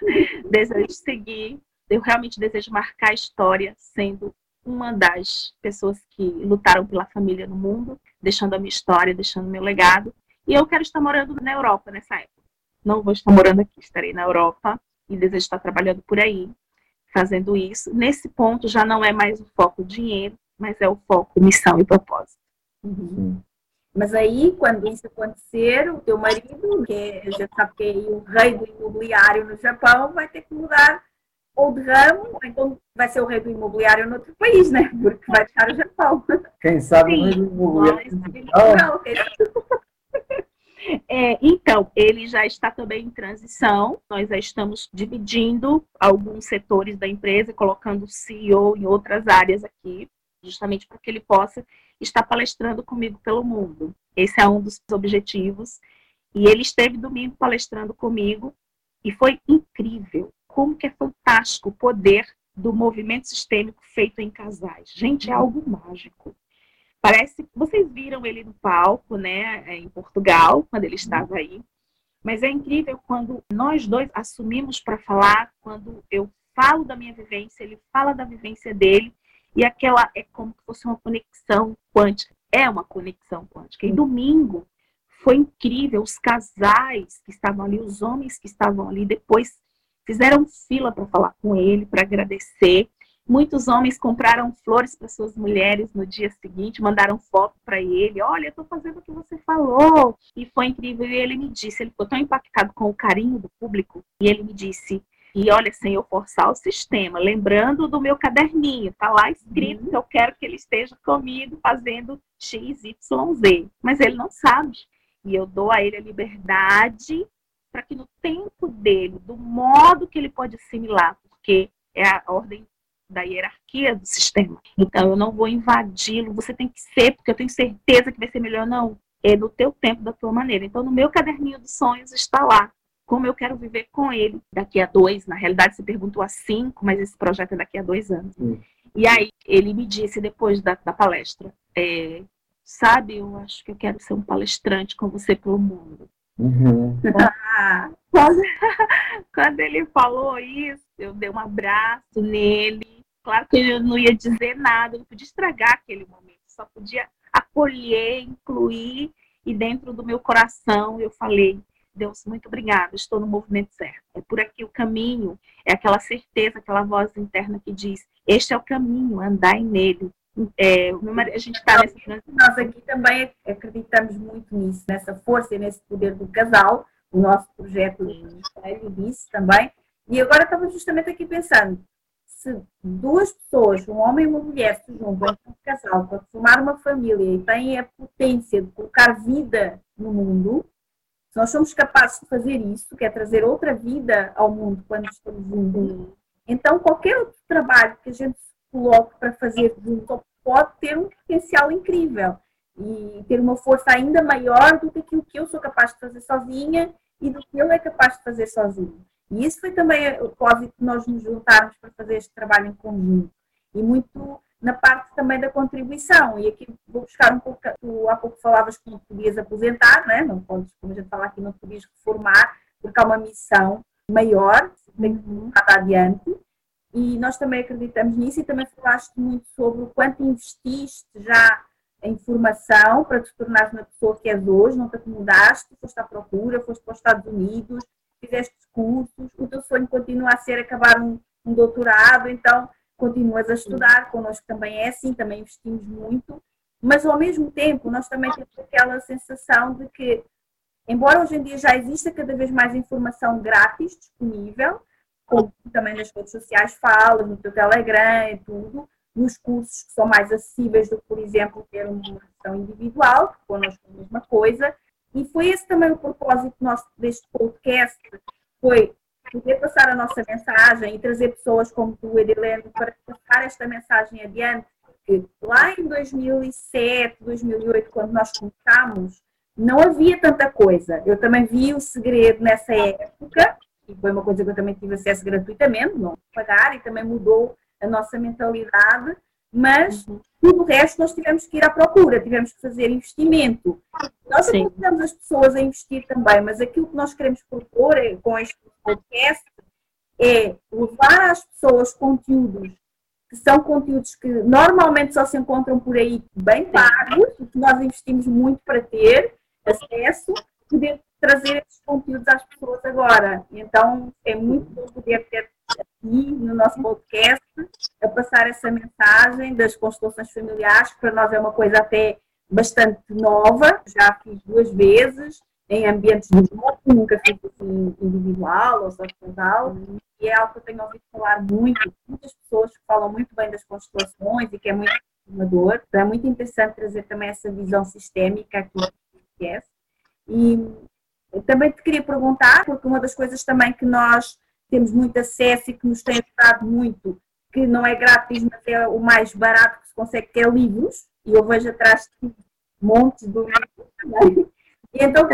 desejo seguir, eu realmente desejo marcar a história sendo uma das pessoas que lutaram pela família no mundo, deixando a minha história, deixando o meu legado. E eu quero estar morando na Europa nessa época. Não vou estar morando aqui, estarei na Europa e desejo estar trabalhando por aí, fazendo isso. Nesse ponto já não é mais o foco dinheiro, mas é o foco missão e propósito. Mas aí, quando isso acontecer, o teu marido, que já sabe que é o rei do imobiliário no Japão, vai ter que mudar ou de ramo, ou então vai ser o rei do imobiliário noutro país, né? Porque vai deixar o Japão. Quem sabe o rei do imobiliário. Então, ele já está também em transição. Nós já estamos dividindo alguns setores da empresa, colocando o CEO em outras áreas aqui, justamente para que ele possa estar palestrando comigo pelo mundo. Esse é um dos objetivos. E ele esteve domingo palestrando comigo e foi incrível. Como que é fantástico o poder do movimento sistêmico feito em casais. Gente, é algo mágico. Parece que vocês viram ele no palco, né, em Portugal, quando ele estava aí. Mas é incrível quando nós dois assumimos para falar, quando eu falo da minha vivência, ele fala da vivência dele, e aquela é como se fosse uma conexão quântica. É uma conexão quântica. E domingo foi incrível, os casais que estavam ali, os homens que estavam ali, depois fizeram fila para falar com ele, para agradecer. Muitos homens compraram flores para suas mulheres no dia seguinte, mandaram foto para ele. Olha, eu estou fazendo o que você falou. E foi incrível. E ele me disse, ele ficou tão impactado com o carinho do público, e ele me disse, e olha, sem eu forçar o sistema, lembrando do meu caderninho, tá lá escrito que eu quero que ele esteja comigo fazendo X, Y, Z. Mas ele não sabe. E eu dou a ele a liberdade para que no tempo dele, do modo que ele pode assimilar, porque é a ordem da hierarquia do sistema. Então, eu não vou invadi-lo, você tem que ser, porque eu tenho certeza que vai ser melhor. Não, é no teu tempo, da tua maneira. Então, no meu caderninho dos sonhos está lá, como eu quero viver com ele daqui a 2, na realidade você perguntou a 5, mas esse projeto é daqui a 2 anos. E aí, ele me disse, depois da palestra, sabe, eu acho que eu quero ser um palestrante com você pelo mundo. Quando ele falou isso, eu dei um abraço nele. Claro que eu não ia dizer nada, não podia estragar aquele momento, só podia acolher, incluir, e dentro do meu coração eu falei, Deus, muito obrigada, estou no movimento certo. É por aqui o caminho, é aquela certeza, aquela voz interna que diz, este é o caminho, andai nele. A gente está nessa transição. Nós aqui também acreditamos muito nisso, nessa força e nesse poder do casal. O nosso projeto disse também. E agora estamos justamente aqui pensando, se duas pessoas, um homem e uma mulher, se juntam como casal para formar uma família e têm a potência de colocar vida no mundo, se nós somos capazes de fazer isso, que é trazer outra vida ao mundo quando estamos juntos, então qualquer outro trabalho que a gente se coloque para fazer junto pode ter um potencial incrível e ter uma força ainda maior do que aquilo que eu sou capaz de fazer sozinha e do que ele é capaz de fazer sozinho. E isso foi também o propósito de nós nos juntarmos para fazer este trabalho em conjunto. E muito na parte também da contribuição. E aqui vou buscar um pouco, tu há pouco falavas que não podias aposentar, né? Não podes, como a gente fala aqui, não podias reformar, porque há uma missão maior, tem que estar adiante. E nós também acreditamos nisso e também falaste muito sobre o quanto investiste já em formação para te tornares uma pessoa que és hoje, não te acomodaste, foste à procura, foste para os Estados Unidos, fizeste cursos, o teu sonho continua a ser acabar um doutorado, então continuas a estudar, connosco também é assim, também investimos muito, mas ao mesmo tempo nós também temos aquela sensação de que, embora hoje em dia já exista cada vez mais informação grátis disponível, como também nas redes sociais falas, no teu Telegram e tudo, nos cursos que são mais acessíveis do que, por exemplo, ter uma sessão individual, que connosco é a mesma coisa. E foi esse também o propósito nosso deste podcast, foi poder passar a nossa mensagem e trazer pessoas como tu, Edilene, para passar esta mensagem adiante, porque lá em 2007, 2008, quando nós começámos, não havia tanta coisa. Eu também vi o segredo nessa época, e foi uma coisa que eu também tive acesso gratuitamente, não pagar, e também mudou a nossa mentalidade, mas tudo o resto nós tivemos que ir à procura, tivemos que fazer investimento. Nós aconselhamos as pessoas a investir também, mas aquilo que nós queremos propor com este podcast é levar às pessoas conteúdos que são conteúdos que normalmente só se encontram por aí bem pagos, e que nós investimos muito para ter acesso, poder trazer esses conteúdos às pessoas agora. Então, é muito bom poder ter aqui no nosso podcast a passar essa mensagem das constelações familiares, que para nós é uma coisa até bastante nova. Já fiz 2 vezes em ambientes de grupo, nunca fiz assim individual ou só de casal, e é algo que eu tenho ouvido falar muito, muitas pessoas que falam muito bem das constelações e que é muito informador. Então é muito interessante trazer também essa visão sistémica aqui no podcast. E eu também te queria perguntar, porque uma das coisas também que nós temos muito acesso e que nos tem ajudado muito, que não é grátis, mas é o mais barato que se consegue, que é livros, e eu vejo atrás de montes de livros também. E então,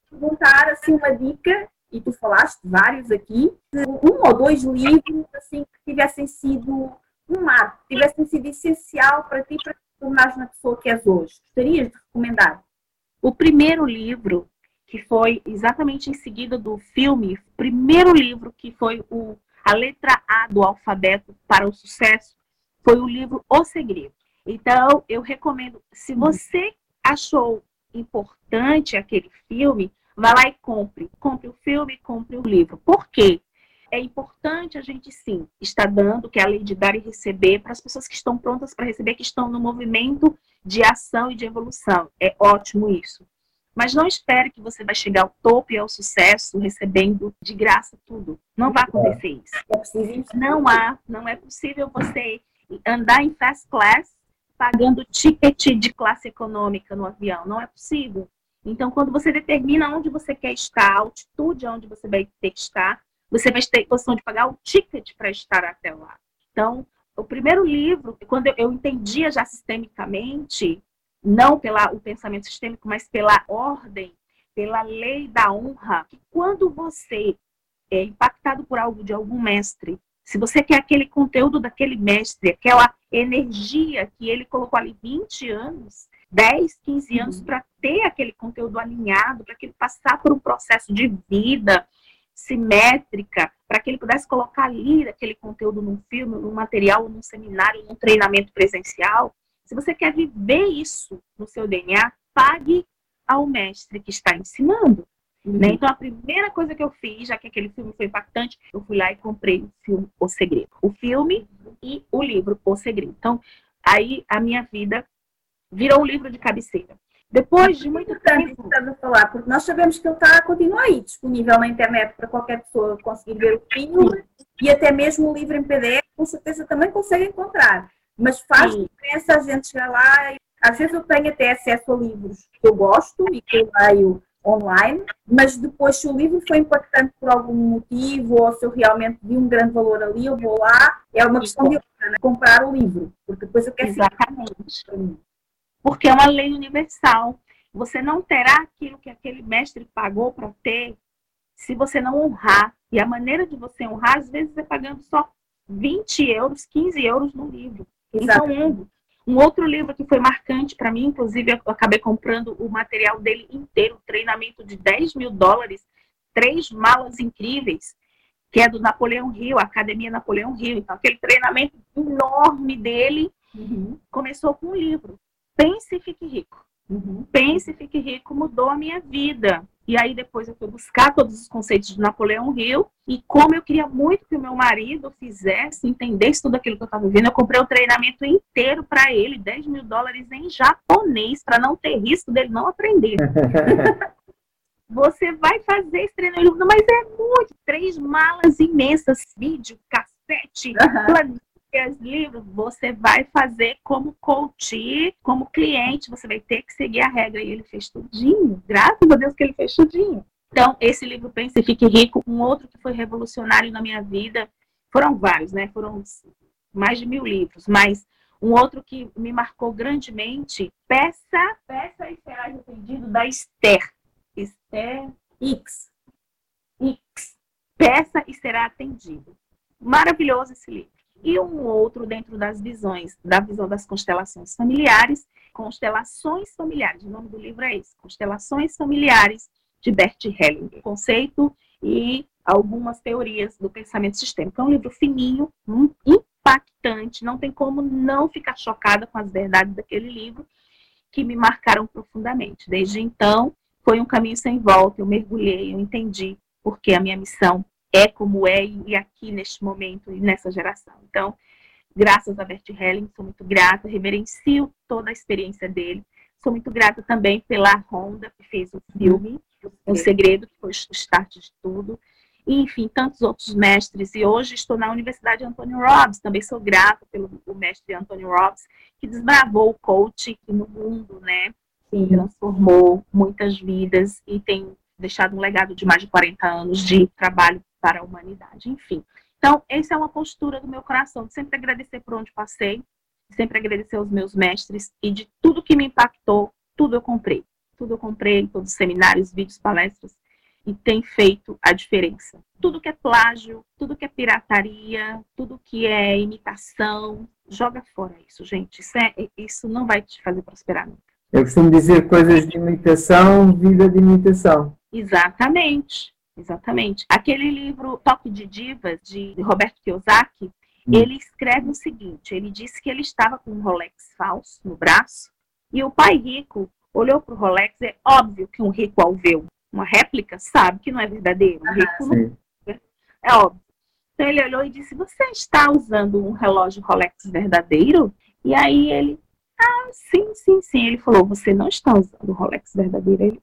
perguntar assim uma dica, e tu falaste vários aqui, de 1 ou 2 livros assim, que tivessem sido um marco, que tivessem sido essencial para ti, para te tornares na pessoa que és hoje. Gostarias de recomendar? O primeiro livro, que foi exatamente em seguida do filme, o primeiro livro que foi a letra A do alfabeto para o sucesso, foi o livro O Segredo. Então, eu recomendo, se você achou importante aquele filme, vá lá e compre. Compre o filme, compre o livro. Por quê? É importante a gente, sim, estar dando, que é a lei de dar e receber, para as pessoas que estão prontas para receber, que estão no movimento de ação e de evolução. É ótimo isso. Mas não espere que você vai chegar ao topo e ao sucesso recebendo de graça tudo. Não vai acontecer isso. Não é possível você andar em fast class pagando ticket de classe econômica no avião. Não é possível. Então, quando você determina onde você quer estar, a altitude onde você vai ter que estar, você vai ter posição de pagar o ticket para estar até lá. Então, o primeiro livro, quando eu entendia já sistemicamente, não pelo pensamento sistêmico, mas pela ordem, pela lei da honra, que quando você é impactado por algo de algum mestre, se você quer aquele conteúdo daquele mestre, aquela energia que ele colocou ali 20 anos, 10, 15 anos para ter aquele conteúdo alinhado, para que ele passar por um processo de vida simétrica, para que ele pudesse colocar ali aquele conteúdo num filme, num material, num seminário, num treinamento presencial. Se você quer viver isso no seu DNA, pague ao mestre que está ensinando. Né? Então, a primeira coisa que eu fiz, já que aquele filme foi impactante, eu fui lá e comprei o filme O Segredo. O filme e o livro O Segredo. Então, aí a minha vida virou um livro de cabeceira. Depois de muito tempo... falar, porque nós sabemos que ele continua aí, disponível na internet para qualquer pessoa conseguir ver o filme, e até mesmo o livro em PDF, com certeza também consegue encontrar. Mas faz diferença a gente chegar lá, e às vezes eu tenho até acesso a livros que eu gosto e que eu leio online, mas depois, se o livro foi impactante por algum motivo, ou se eu realmente vi um grande valor ali, eu vou lá, é uma questão de comprar o livro, porque depois eu quero... Exatamente. Porque é uma lei universal. Você não terá aquilo que aquele mestre pagou para ter, se você não honrar. E a maneira de você honrar, às vezes, é pagando só 20 euros, 15 euros no livro. Exato. Então, um outro livro que foi marcante para mim, inclusive eu acabei comprando o material dele inteiro, treinamento de $10 mil, 3 malas incríveis, que é do Napoleão Hill, a Academia Napoleão Hill. Então, aquele treinamento enorme dele começou com um livro. Pense e Fique Rico. Pense e Fique Rico mudou a minha vida. E aí depois eu fui buscar todos os conceitos de Napoleão Hill, e como eu queria muito que o meu marido fizesse, entendesse tudo aquilo que eu estava vivendo, eu comprei o treinamento inteiro para ele, $10 mil em japonês, para não ter risco dele não aprender. Você vai fazer esse treinamento, mas é muito, 3 malas imensas, vídeo, cassete, planilha, livros, você vai fazer como coach, como cliente, você vai ter que seguir a regra. E ele fez tudinho, graças a Deus que ele fez tudinho. Então, esse livro Pense e Fique Rico, um outro que foi revolucionário na minha vida, foram vários, né? Foram mais de 1000 livros, mas um outro que me marcou grandemente, Peça e Será Atendido, da Esther Hicks. Peça e Será Atendido. Maravilhoso esse livro. E um outro dentro das visões, da visão das constelações familiares, o nome do livro é esse, Constelações Familiares, de Bert Hellinger, conceito e algumas teorias do pensamento sistêmico. É um livro fininho, impactante, não tem como não ficar chocada com as verdades daquele livro, que me marcaram profundamente. Desde então, foi um caminho sem volta, eu mergulhei, eu entendi porque a minha missão é como é, e aqui neste momento e nessa geração. Então, graças a Bert Hellinger, sou muito grata, reverencio toda a experiência dele. Sou muito grata também pela Honda, que fez o filme, O Segredo, que foi o start de tudo. E, enfim, tantos outros mestres. E hoje estou na Universidade Anthony Robbins. Também sou grata pelo mestre Anthony Robbins, que desbravou o coaching no mundo, né? E transformou muitas vidas e tem deixado um legado de mais de 40 anos de trabalho para a humanidade, enfim. Então, essa é uma postura do meu coração, de sempre agradecer por onde passei, sempre agradecer aos meus mestres, e de tudo que me impactou, tudo eu comprei. tudo eu comprei, todos os seminários, vídeos, palestras, e tem feito a diferença. Tudo que é plágio, tudo que é pirataria, tudo que é imitação, joga fora isso, gente. Isso não vai te fazer prosperar nunca. Eu costumo dizer coisas de imitação, vida de imitação. Exatamente, exatamente. Aquele livro Toque de Divas, de Roberto Kiyosaki, ele escreve o seguinte, ele disse que ele estava com um Rolex falso no braço, e o pai rico olhou para o Rolex, é óbvio que um rico ao ver uma réplica sabe que não é verdadeiro, um rico não, é óbvio. Então ele olhou e disse, você está usando um relógio Rolex verdadeiro? E aí ele, sim. Ele falou, você não está usando o Rolex verdadeiro? Ele,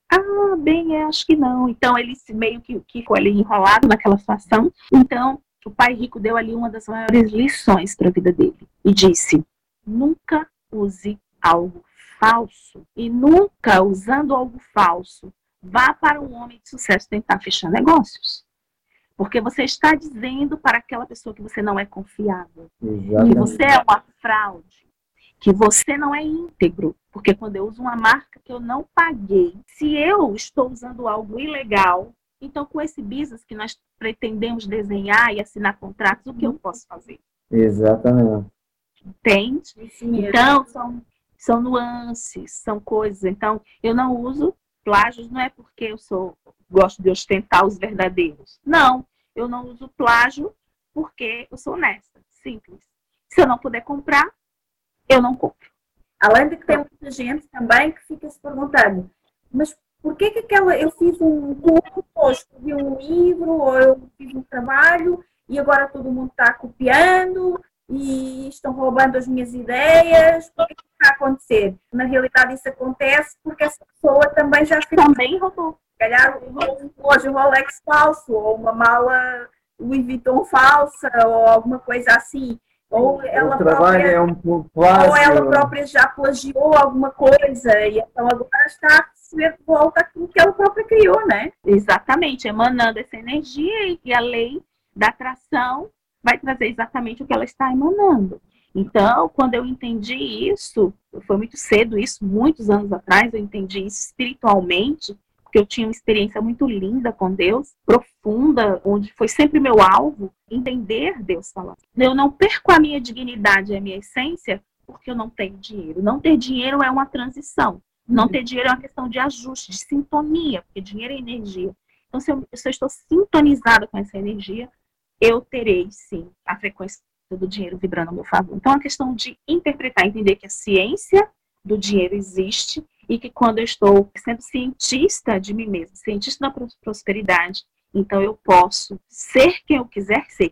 acho que não. Então ele meio que ficou ali enrolado naquela situação. Então o pai rico deu ali uma das maiores lições para a vida dele. E disse, nunca use algo falso. E nunca, usando algo falso, vá para um homem de sucesso tentar fechar negócios. Porque você está dizendo para aquela pessoa que você não é confiável. Exatamente. Que você é uma fraude. Que você não é íntegro. Porque quando eu uso uma marca que eu não paguei, se eu estou usando algo ilegal, então com esse business que nós pretendemos desenhar e assinar contratos, o que eu posso fazer? Exatamente. Entende? Então, são nuances, são coisas. Então, eu não uso plágios, não é porque eu gosto de ostentar os verdadeiros. Não, eu não uso plágio porque eu sou honesta. Simples. Se eu não puder comprar, eu não compro. Além de que tem muita gente também que fica se perguntando, mas por que eu fiz um curso, ou escrevi um livro, ou eu fiz um trabalho, e agora todo mundo está copiando, e estão roubando as minhas ideias, o que está a acontecer? Na realidade isso acontece porque essa pessoa também já fez. Também roubou. Se calhar hoje um Rolex falso, ou uma mala Louis Vuitton falsa, ou alguma coisa assim. Ou ela própria já plagiou alguma coisa e então agora está a receber de volta aquilo que ela própria criou, né? Exatamente, emanando essa energia e a lei da atração vai trazer exatamente o que ela está emanando. Então, quando eu entendi isso, foi muito cedo isso, muitos anos atrás, eu entendi isso espiritualmente, porque eu tinha uma experiência muito linda com Deus, profunda, onde foi sempre meu alvo, entender Deus falando. Eu não perco a minha dignidade e a minha essência porque eu não tenho dinheiro. Não ter dinheiro é uma transição. Não ter dinheiro é uma questão de ajuste, de sintonia, porque dinheiro é energia. Então, se eu estou sintonizada com essa energia, eu terei, sim, a frequência do dinheiro vibrando ao meu favor. Então, é uma questão de interpretar, entender que a ciência do dinheiro existe e que quando eu estou sendo cientista de mim mesma, cientista da prosperidade, então eu posso ser quem eu quiser ser,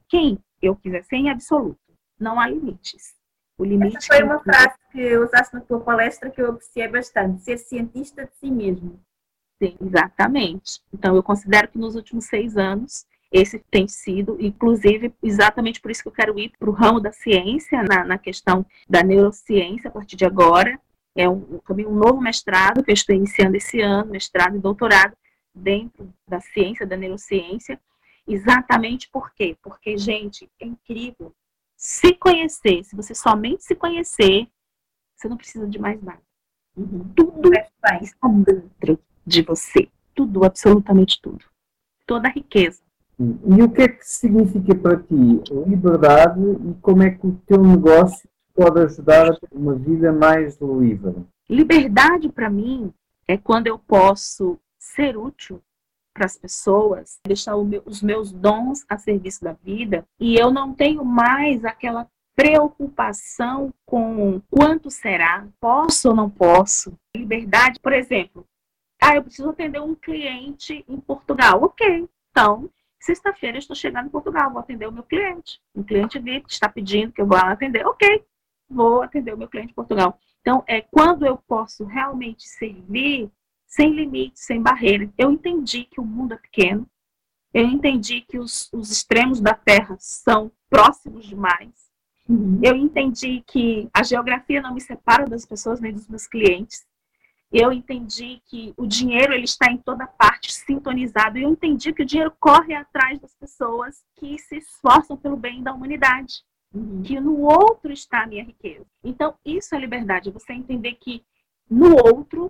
em absoluto. Não há limites. O limite Essa foi uma frase que usaste na tua palestra que eu apreciei bastante, ser cientista de si mesmo. Sim, exatamente. Então eu considero que nos últimos 6 anos, esse tem sido, inclusive, exatamente por isso que eu quero ir para o ramo da ciência, na questão da neurociência, a partir de agora. É também um novo mestrado que eu estou iniciando esse ano, mestrado e doutorado dentro da ciência, da neurociência. Exatamente por quê? Porque, gente, é incrível. Se conhecer, se você somente se conhecer, você não precisa de mais nada. Tudo está dentro de você. Tudo, absolutamente tudo. Toda a riqueza. E o que é que significa para ti liberdade e como é que o teu negócio pode ajudar a ter uma vida mais livre? Liberdade, para mim, é quando eu posso ser útil para as pessoas, deixar os meus dons a serviço da vida, e eu não tenho mais aquela preocupação com quanto será, posso ou não posso. Liberdade, por exemplo, eu preciso atender um cliente em Portugal. Ok, então, sexta-feira eu estou chegando em Portugal, vou atender o meu cliente. Um cliente VIP que está pedindo que eu vá lá atender. Ok, vou atender o meu cliente em Portugal. Então, é quando eu posso realmente servir sem limites, sem barreiras. Eu entendi que o mundo é pequeno, eu entendi que os extremos da Terra são próximos demais, eu entendi que a geografia não me separa das pessoas nem dos meus clientes, eu entendi que o dinheiro ele está em toda parte, sintonizado, e eu entendi que o dinheiro corre atrás das pessoas que se esforçam pelo bem da humanidade, que no outro está a minha riqueza. Então, isso é liberdade, você entender que no outro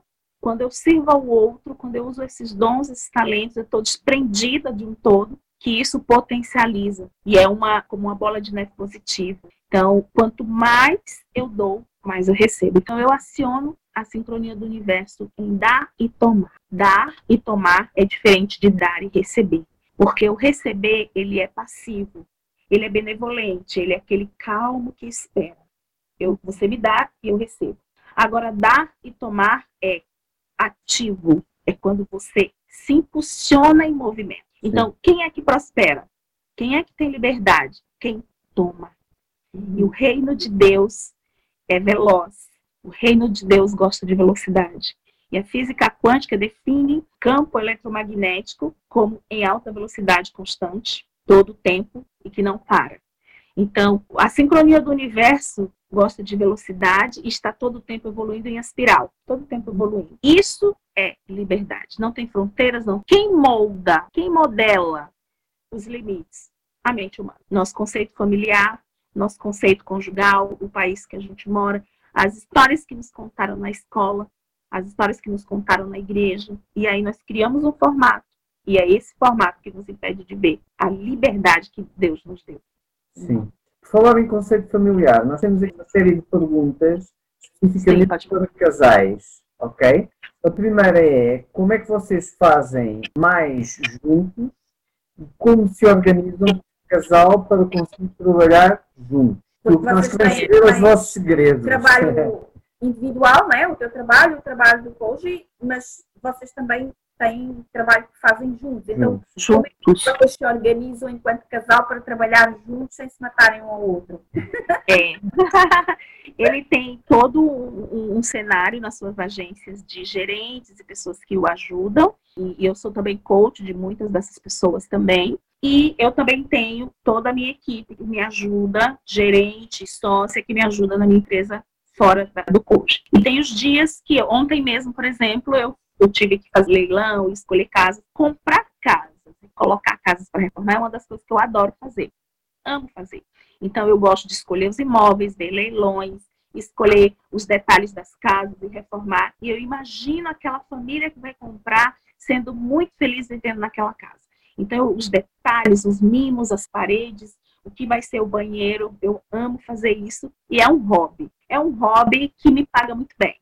Quando eu sirvo ao outro, quando eu uso esses dons, esses talentos, eu estou desprendida de um todo, que isso potencializa. E é como uma bola de neve positiva. Então, quanto mais eu dou, mais eu recebo. Então, eu aciono a sincronia do universo em dar e tomar. Dar e tomar é diferente de dar e receber. Porque o receber, ele é passivo. Ele é benevolente. Ele é aquele calmo que espera. Você me dá e eu recebo. Agora, dar e tomar é ativo. É quando você se impulsiona em movimento. Então, quem é que prospera? Quem é que tem liberdade? Quem toma. E o reino de Deus é veloz. O reino de Deus gosta de velocidade. E a física quântica define campo eletromagnético como em alta velocidade constante, todo o tempo e que não para. Então, a sincronia do universo gosta de velocidade e está todo o tempo evoluindo em espiral. Todo o tempo evoluindo. Isso é liberdade. Não tem fronteiras, não. Quem molda, quem modela os limites? A mente humana. Nosso conceito familiar, nosso conceito conjugal, o país que a gente mora, as histórias que nos contaram na escola, as histórias que nos contaram na igreja. E aí nós criamos um formato. E é esse formato que nos impede de ver a liberdade que Deus nos deu. Sim. Por falar em conceito familiar, nós temos aqui uma série de perguntas especificamente para casais, ok? A primeira é, como é que vocês fazem mais juntos e como se organizam como casal para conseguir trabalhar juntos? Porque nós queremos saber os vossos segredos. Trabalho individual, né? O teu trabalho, o trabalho do cônjuge, mas vocês também têm trabalho que fazem juntos. Então, como é que vocês se organizam enquanto casal para trabalhar juntos sem se matarem um ao outro? Ele tem todo um cenário nas suas agências de gerentes e pessoas que o ajudam. E eu sou também coach de muitas dessas pessoas também. E eu também tenho toda a minha equipe que me ajuda, gerente, sócia, que me ajuda na minha empresa fora do coach. E tem os dias que, ontem mesmo, por exemplo, eu tive que fazer leilão, escolher casas, comprar casas, colocar casas para reformar é uma das coisas que eu adoro fazer. Amo fazer. Então, eu gosto de escolher os imóveis, ver leilões, escolher os detalhes das casas e reformar. E eu imagino aquela família que vai comprar sendo muito feliz vivendo naquela casa. Então, os detalhes, os mimos, as paredes, o que vai ser o banheiro, eu amo fazer isso. E é um hobby. É um hobby que me paga muito bem.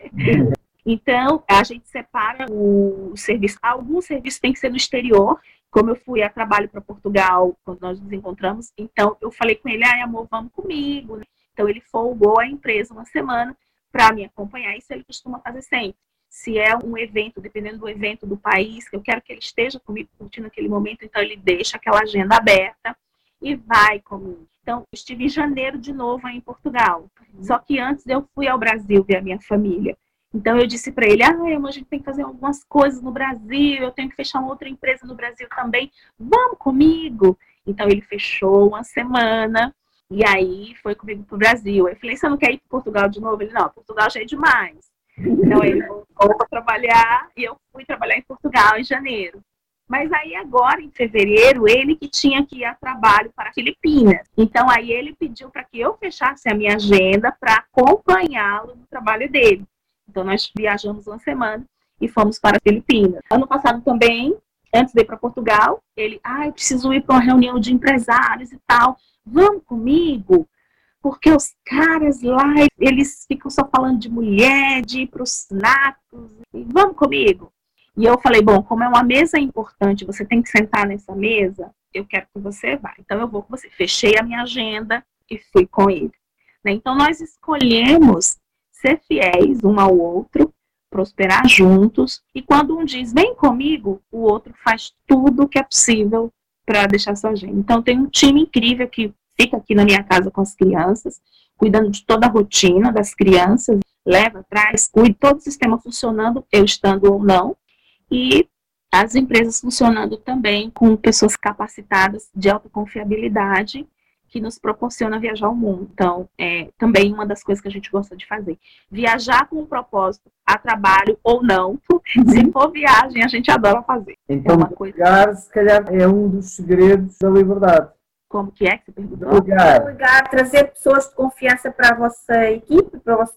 Então, a gente separa o serviço. Alguns serviços tem que ser no exterior. Como eu fui a trabalho para Portugal, quando nós nos encontramos, então eu falei com ele, amor, vamos comigo. Então, ele folgou a empresa uma semana para me acompanhar. Isso ele costuma fazer sempre. Se é um evento, dependendo do evento do país, que eu quero que ele esteja comigo curtindo aquele momento, então ele deixa aquela agenda aberta e vai comigo. Então, eu estive em janeiro de novo aí em Portugal. Só que antes eu fui ao Brasil ver a minha família. Então, eu disse para ele, a gente tem que fazer algumas coisas no Brasil, eu tenho que fechar uma outra empresa no Brasil também, vamos comigo? Então, ele fechou uma semana e aí foi comigo para o Brasil. Eu falei, você não quer ir para Portugal de novo? Ele, não, Portugal já é demais. Então, ele voltou para trabalhar e eu fui trabalhar em Portugal em janeiro. Mas aí agora, em fevereiro, ele que tinha que ir a trabalho para a Filipinas. Então, aí ele pediu para que eu fechasse a minha agenda para acompanhá-lo no trabalho dele. Então, nós viajamos uma semana e fomos para a Filipinas. Ano passado também, antes de ir para Portugal, ele, eu preciso ir para uma reunião de empresários e tal. Vamos comigo? Porque os caras lá, eles ficam só falando de mulher, de ir para os natos. Vamos comigo? E eu falei, bom, como é uma mesa importante, você tem que sentar nessa mesa, eu quero que você vá. Então, eu vou com você. Fechei a minha agenda e fui com ele. Então, nós escolhemos ser fiéis um ao outro, prosperar juntos. E quando um diz, vem comigo, o outro faz tudo o que é possível para deixar sua agenda. Então, tem um time incrível que fica aqui na minha casa com as crianças, cuidando de toda a rotina das crianças, leva, traz, cuida, todo o sistema funcionando, eu estando ou não. E as empresas funcionando também com pessoas capacitadas de alta confiabilidade que nos proporciona viajar ao mundo. Então, é também uma das coisas que a gente gosta de fazer. Viajar com um propósito, a trabalho ou não. Se for viagem, a gente adora fazer. Então, se calhar é um dos segredos da liberdade. Como que é que você perguntou? Delegar, trazer pessoas de confiança para a vossa equipe, para o vosso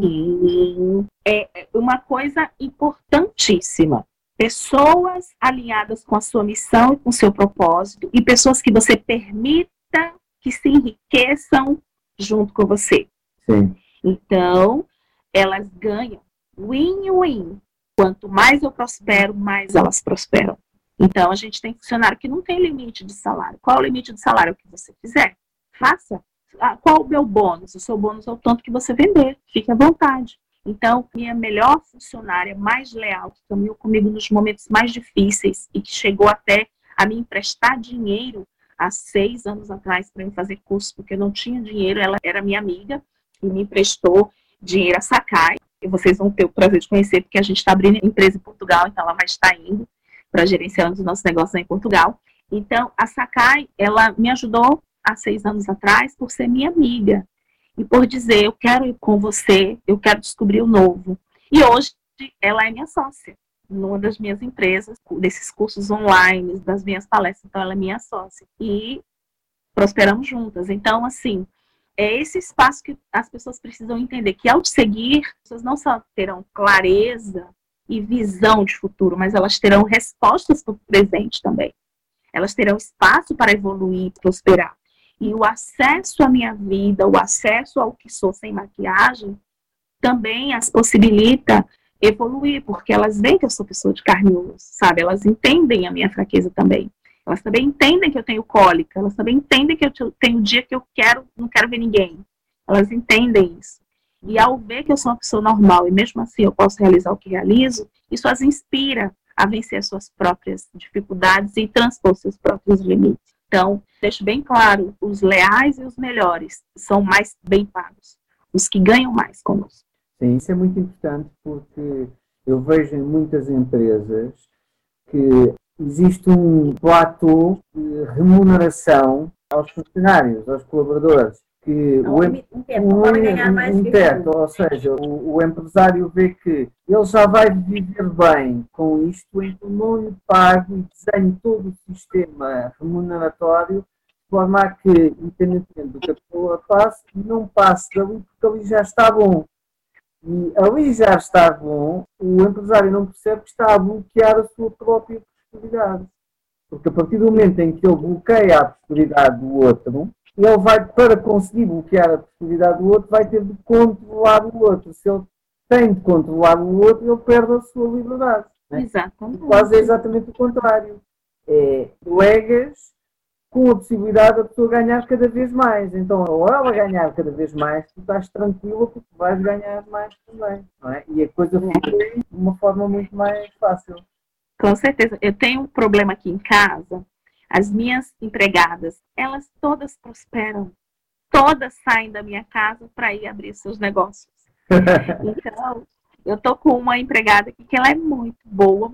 time. É uma coisa importantíssima. Pessoas alinhadas com a sua missão e com o seu propósito, e pessoas que você permita que se enriqueçam junto com você. Sim. Então, elas ganham win-win. Quanto mais eu prospero, mais elas prosperam. Então, a gente tem funcionário que não tem limite de salário. Qual é o limite de salário? O que você quiser. Faça. Qual o meu bônus? O seu bônus é o tanto que você vender. Fique à vontade. Então, minha melhor funcionária, mais leal, que caminhou comigo nos momentos mais difíceis e que chegou até a me emprestar dinheiro há 6 anos atrás para eu fazer curso, porque eu não tinha dinheiro, ela era minha amiga e me emprestou dinheiro a Sakai. E vocês vão ter o prazer de conhecer, porque a gente está abrindo empresa em Portugal, então ela vai estar indo para gerenciar os nossos negócios em Portugal. Então, a Sakai, ela me ajudou há 6 anos atrás por ser minha amiga e por dizer, eu quero ir com você, eu quero descobrir o novo. E hoje, ela é minha sócia numa das minhas empresas, desses cursos online, das minhas palestras, então ela é minha sócia. E prosperamos juntas. Então, assim, é esse espaço que as pessoas precisam entender, que ao te seguir, as pessoas não só terão clareza e visão de futuro, mas elas terão respostas para o presente também. Elas terão espaço para evoluir, prosperar. E o acesso à minha vida, o acesso ao que sou sem maquiagem, também as possibilita evoluir, porque elas veem que eu sou pessoa de carne e osso, sabe? Elas entendem a minha fraqueza também. Elas também entendem que eu tenho cólica, elas também entendem que eu tenho um dia que eu não quero ver ninguém. Elas entendem isso. E ao ver que eu sou uma pessoa normal e mesmo assim eu posso realizar o que realizo, isso as inspira a vencer as suas próprias dificuldades e transpor seus próprios limites. Então, deixo bem claro, os leais e os melhores são mais bem pagos, os que ganham mais conosco. Sim, isso é muito importante porque eu vejo em muitas empresas que existe um platô de remuneração aos funcionários, aos colaboradores. Que um teto, ou seja, o empresário vê que ele já vai viver bem com isto, então não lhe pague e desenhe todo o sistema remuneratório de forma a que, independentemente do que a pessoa passe, não passe dali porque ali já está bom. E ali já está bom, o empresário não percebe que está a bloquear a sua própria prosperidade. Porque a partir do momento em que ele bloqueia a prosperidade do outro, ele vai, para conseguir bloquear a prosperidade do outro, vai ter de controlar o outro. Se ele tem de controlar o outro, ele perde a sua liberdade. Né? Exatamente. Quase é exatamente o contrário. É colegas com a possibilidade da pessoa ganhar cada vez mais. Então, ao ela ganhar cada vez mais, tu estás tranquila porque vais ganhar mais também. Não é? E a coisa flui de uma forma muito mais fácil. Com certeza. Eu tenho um problema aqui em casa. As minhas empregadas, elas todas prosperam. Todas saem da minha casa para ir abrir seus negócios. Então, eu tô com uma empregada aqui que ela é muito boa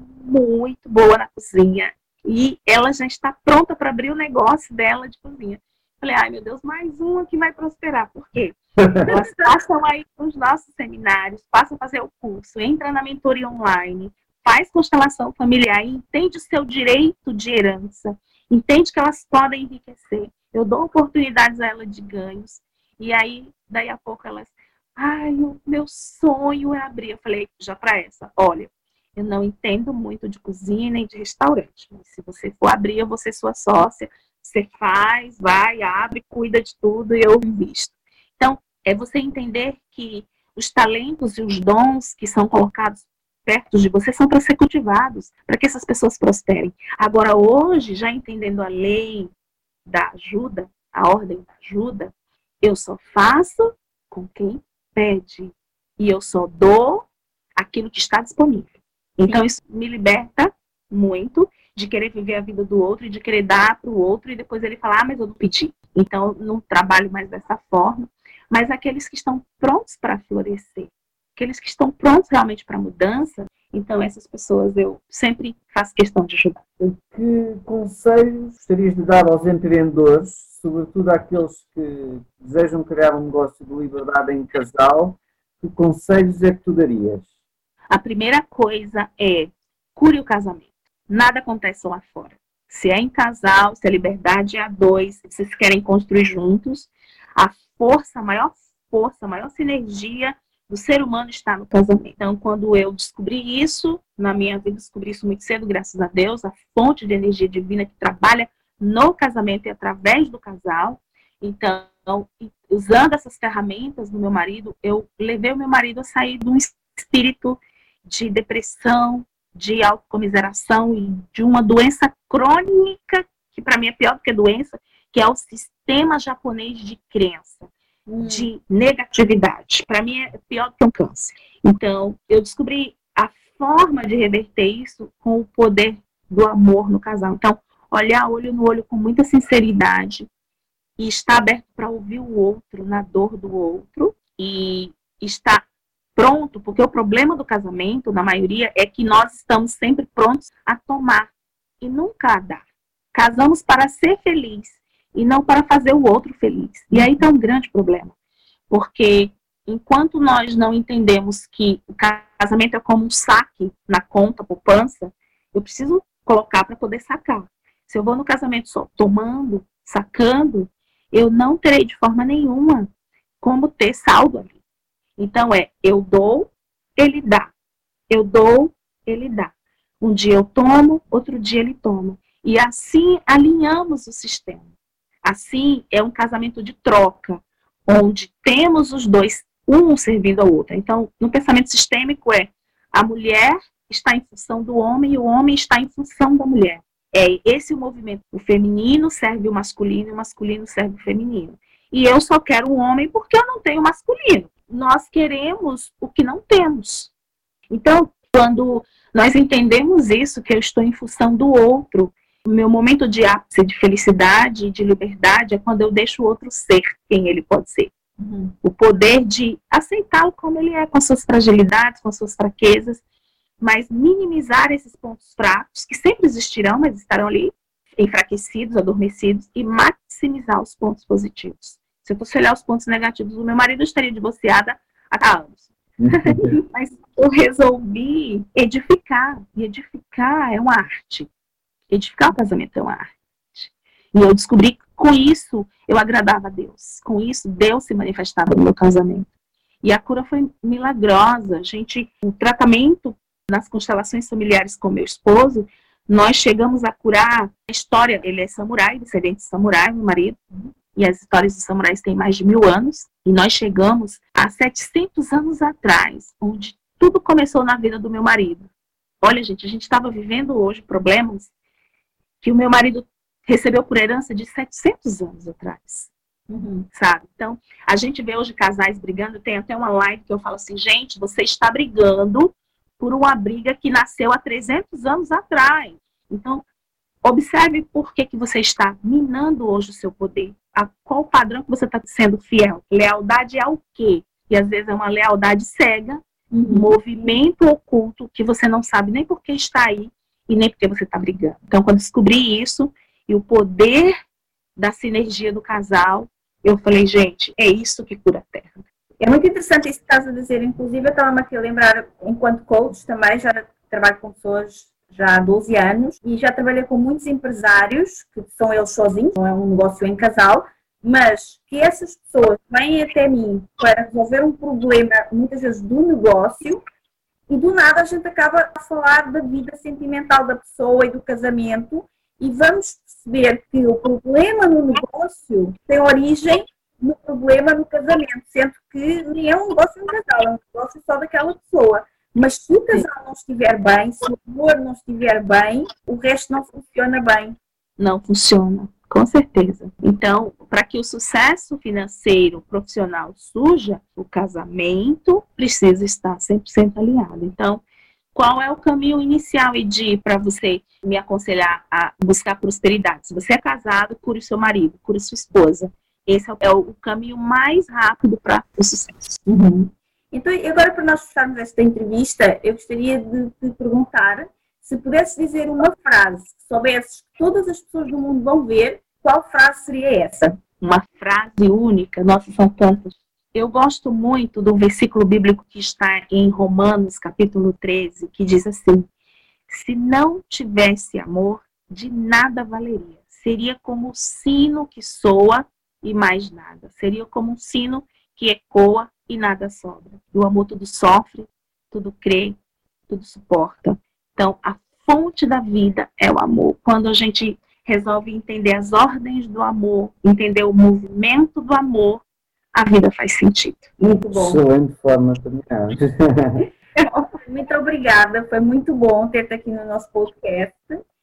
na cozinha. E ela já está pronta para abrir o negócio dela de cozinha. Falei, ai meu Deus, mais uma que vai prosperar. Por quê? Elas passam aí nos nossos seminários, passam a fazer o curso, entra na mentoria online, faz constelação familiar e entende o seu direito de herança, entende que elas podem enriquecer. Eu dou oportunidades a elas de ganhos. E aí, daí a pouco elas, ai, o meu sonho é abrir. Eu falei já para essa, olha, eu não entendo muito de cozinha nem de restaurante, mas se você for abrir, eu vou ser sua sócia. Você faz, vai, abre, cuida de tudo e eu invisto. Então, é você entender que os talentos e os dons que são colocados perto de você são para ser cultivados, para que essas pessoas prosperem. Agora, hoje, já entendendo a lei da ajuda, a ordem da ajuda, eu só faço com quem pede. E eu só dou aquilo que está disponível. Então, isso me liberta muito de querer viver a vida do outro e de querer dar para o outro e depois ele falar, mas eu não pedi. Então, eu não trabalho mais dessa forma. Mas aqueles que estão prontos para florescer, aqueles que estão prontos realmente para mudança, então essas pessoas eu sempre faço questão de ajudar. Que conselhos gostarias de dar aos empreendedores, sobretudo àqueles que desejam criar um negócio de liberdade em casal? Que conselhos é que tu darias? A primeira coisa é cure o casamento. Nada acontece lá fora. Se é em casal, se a liberdade é a dois, se vocês querem construir juntos, a maior sinergia do ser humano está no casamento. Então, quando eu descobri isso, na minha vida, descobri isso muito cedo, graças a Deus, a fonte de energia divina que trabalha no casamento e através do casal. Então, usando essas ferramentas do meu marido, eu levei o meu marido a sair de um espírito de depressão, de autocomiseração e de uma doença crônica, que para mim é pior do que doença, que é o sistema japonês de crença, de negatividade. Para mim é pior do que um câncer. Então, eu descobri a forma de reverter isso com o poder do amor no casal. Então, olhar olho no olho com muita sinceridade e estar aberto para ouvir o outro, na dor do outro, e estar pronto, porque o problema do casamento, na maioria, é que nós estamos sempre prontos a tomar e nunca a dar. Casamos para ser feliz e não para fazer o outro feliz. E aí está um grande problema, porque enquanto nós não entendemos que o casamento é como um saque na conta, poupança, eu preciso colocar para poder sacar. Se eu vou no casamento só tomando, sacando, eu não terei de forma nenhuma como ter saldo ali. Então eu dou, ele dá. Eu dou, ele dá. Um dia eu tomo, outro dia ele toma. E assim alinhamos o sistema. Assim é um casamento de troca, onde temos os dois, um servindo ao outro. Então, no pensamento sistêmico a mulher está em função do homem e o homem está em função da mulher. É esse o movimento. O feminino serve o masculino e o masculino serve o feminino. E eu só quero um homem porque eu não tenho masculino. Nós queremos o que não temos. Então, quando nós entendemos isso, que eu estou em função do outro, o meu momento de ápice, de felicidade e de liberdade é quando eu deixo o outro ser quem ele pode ser. O poder de aceitá-lo como ele é, com suas fragilidades, com suas fraquezas, mas minimizar esses pontos fracos, que sempre existirão, mas estarão ali enfraquecidos, adormecidos, e maximizar os pontos positivos. Se eu fosse olhar os pontos negativos do meu marido, eu estaria divorciada há anos. Mas eu resolvi edificar, e edificar é uma arte. Edificar o casamento é uma arte. E eu descobri que com isso eu agradava a Deus. Com isso, Deus se manifestava no meu casamento. E a cura foi milagrosa. O tratamento nas constelações familiares com meu esposo, nós chegamos a curar a história. Ele é samurai, descendente de samurai, meu marido. E as histórias dos samurais têm mais de 1000 anos. E nós chegamos a 700 anos atrás, onde tudo começou na vida do meu marido. Olha, gente, a gente estava vivendo hoje problemas que o meu marido recebeu por herança de 700 anos atrás. Sabe? Então, a gente vê hoje casais brigando. Tem até uma live que eu falo assim, gente, você está brigando por uma briga que nasceu há 300 anos atrás. Então, observe por que você está minando hoje o seu poder. A qual padrão que você está sendo fiel? Lealdade ao quê? E às vezes é uma lealdade cega, um movimento oculto que você não sabe nem por que está aí e nem porque você está brigando. Então, quando descobri isso e o poder da sinergia do casal, eu falei, gente, é isso que cura a Terra. É muito interessante isso que estás a dizer. Inclusive, eu estava-me aqui a lembrar, enquanto coach também, já trabalho com pessoas já há 12 anos e já trabalhei com muitos empresários, que são eles sozinhos, não é um negócio em casal, mas que essas pessoas vêm até mim para resolver um problema, muitas vezes do negócio, e do nada a gente acaba a falar da vida sentimental da pessoa e do casamento, e vamos perceber que o problema no negócio tem origem no problema no casamento, sendo que nem é um negócio no casal, é um negócio só daquela pessoa. Mas se o casal não estiver bem, se o amor não estiver bem, o resto não funciona bem. Não funciona, com certeza. Então, para que o sucesso financeiro profissional surja, o casamento precisa estar 100% alinhado. Então, qual é o caminho inicial, Edi, para você me aconselhar a buscar prosperidade? Se você é casado, cure o seu marido, cure sua esposa. Esse é o caminho mais rápido para o sucesso. Então, agora para nós fecharmos esta entrevista, eu gostaria de te perguntar se pudesses dizer uma frase, que soubesses que todas as pessoas do mundo vão ver, qual frase seria essa? Uma frase única, nossa, são tantas. Eu gosto muito do versículo bíblico que está em Romanos, capítulo 13, que diz assim, se não tivesse amor, de nada valeria. Seria como o sino que soa e mais nada. Seria como um sino que ecoa e nada sobra. Do amor tudo sofre, tudo crê, tudo suporta. Então, a fonte da vida é o amor. Quando a gente resolve entender as ordens do amor, entender o movimento do amor, a vida faz sentido. Muito bom. Excelente forma de terminar. Muito obrigada, foi muito bom ter-te aqui no nosso podcast.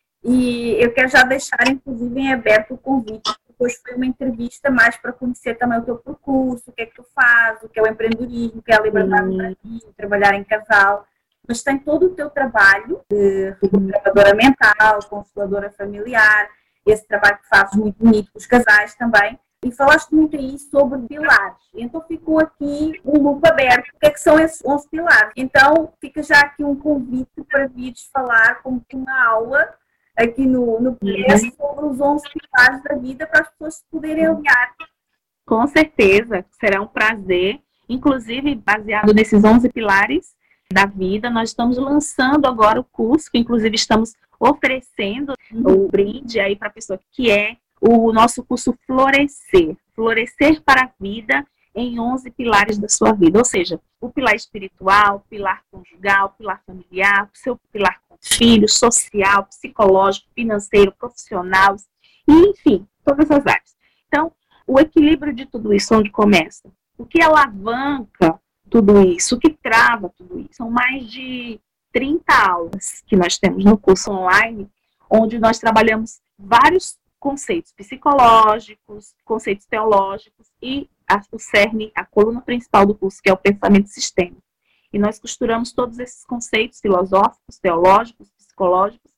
E eu quero já deixar, inclusive, em aberto o convite, porque hoje foi uma entrevista mais para conhecer também o teu percurso, o que é que tu fazes, o que é o empreendedorismo, o que é a liberdade para ti, trabalhar em casal. Mas tem todo o teu trabalho de reprogrammadora mental, consteladora familiar, esse trabalho que fazes muito bonito com os casais também. E falaste muito aí sobre pilares. Então ficou aqui um loop aberto. O que é que são esses 11 pilares? Então fica já aqui um convite para vires falar como uma aula aqui no podcast sobre os 11 pilares da vida para as pessoas se poderem alinhar. Com certeza, será um prazer. Inclusive, baseado nesses 11 pilares da vida, nós estamos lançando agora o curso, que inclusive estamos oferecendo o brinde aí para a pessoa, que é o nosso curso Florescer. Florescer para a vida em 11 pilares da sua vida. Ou seja, o pilar espiritual, o pilar conjugal, o pilar familiar, o seu pilar com filhos, social, psicológico, financeiro, profissional, enfim, todas as áreas. Então, o equilíbrio de tudo isso, onde começa? O que alavanca tudo isso? O que trava tudo isso? São mais de 30 aulas que nós temos no curso online, onde nós trabalhamos vários conceitos psicológicos, conceitos teológicos e o cerne, a coluna principal do curso, que é o pensamento sistêmico. E nós costuramos todos esses conceitos filosóficos, teológicos, psicológicos,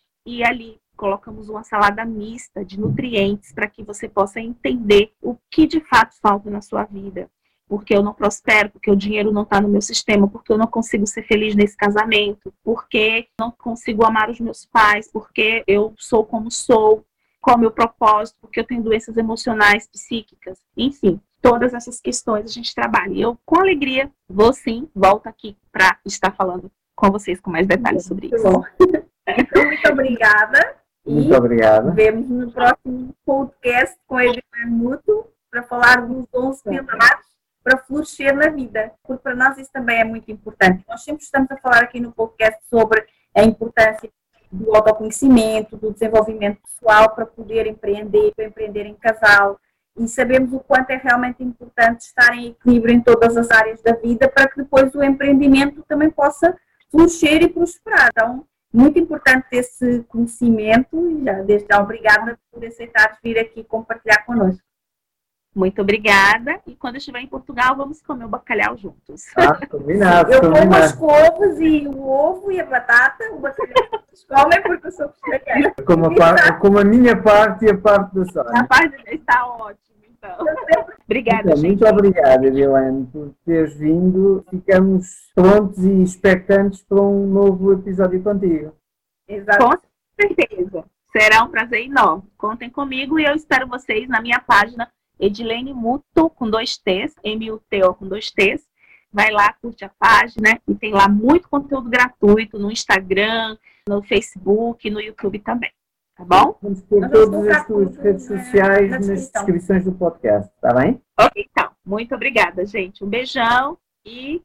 e ali colocamos uma salada mista de nutrientes para que você possa entender o que de fato falta na sua vida. Porque eu não prospero, porque o dinheiro não está no meu sistema, porque eu não consigo ser feliz nesse casamento, porque não consigo amar os meus pais, porque eu sou como sou, qual é o meu propósito, porque eu tenho doenças emocionais, psíquicas, enfim, todas essas questões a gente trabalha. E eu, com alegria, volto aqui para estar falando com vocês com mais detalhes sobre isso. Então, muito obrigada. Muito obrigada. Nos vemos no próximo podcast com a Edilene Muto para falar dos 11 pilares para florescer na vida, porque para nós isso também é muito importante. Nós sempre estamos a falar aqui no podcast sobre a importância do autoconhecimento, do desenvolvimento pessoal para poder empreender, para empreender em casal, e sabemos o quanto é realmente importante estar em equilíbrio em todas as áreas da vida para que depois o empreendimento também possa florescer e prosperar. Então, muito importante esse conhecimento e já desde já obrigada por aceitares vir aqui compartilhar connosco. Muito obrigada. E quando eu estiver em Portugal, vamos comer o bacalhau juntos. Combinado. Eu como as couves e o ovo e a batata, o bacalhau vocês comem porque eu sou vegetariana. Como a minha parte e a parte da Sónia. A parte está ótimo, então. Obrigada, Então, gente. muito obrigada, Edilene, por teres vindo. Ficamos prontos e expectantes para um novo episódio contigo. Exato. Com certeza. Será um prazer enorme. Contem comigo e eu espero vocês na minha página Edilene Muto, com 2 T's, M-U-T-O com 2 T's. Vai lá, curte a página e tem lá muito conteúdo gratuito no Instagram, no Facebook, no YouTube também. Tá bom? Vamos pôr todas as tuas redes sociais nas descrições do podcast, tá bem? Ok, então. Muito obrigada, gente. Um beijão e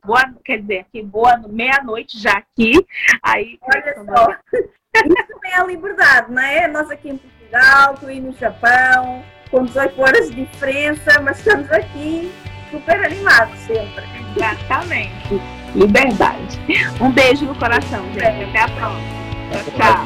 boa meia-noite já aqui. Aí, olha só, isso também é a liberdade, não é? Nós aqui em Portugal, tu aí no Japão, com 18 horas de diferença, mas estamos aqui super animados sempre. Exatamente. Liberdade. Um beijo no coração, gente. Até a próxima. Tchau.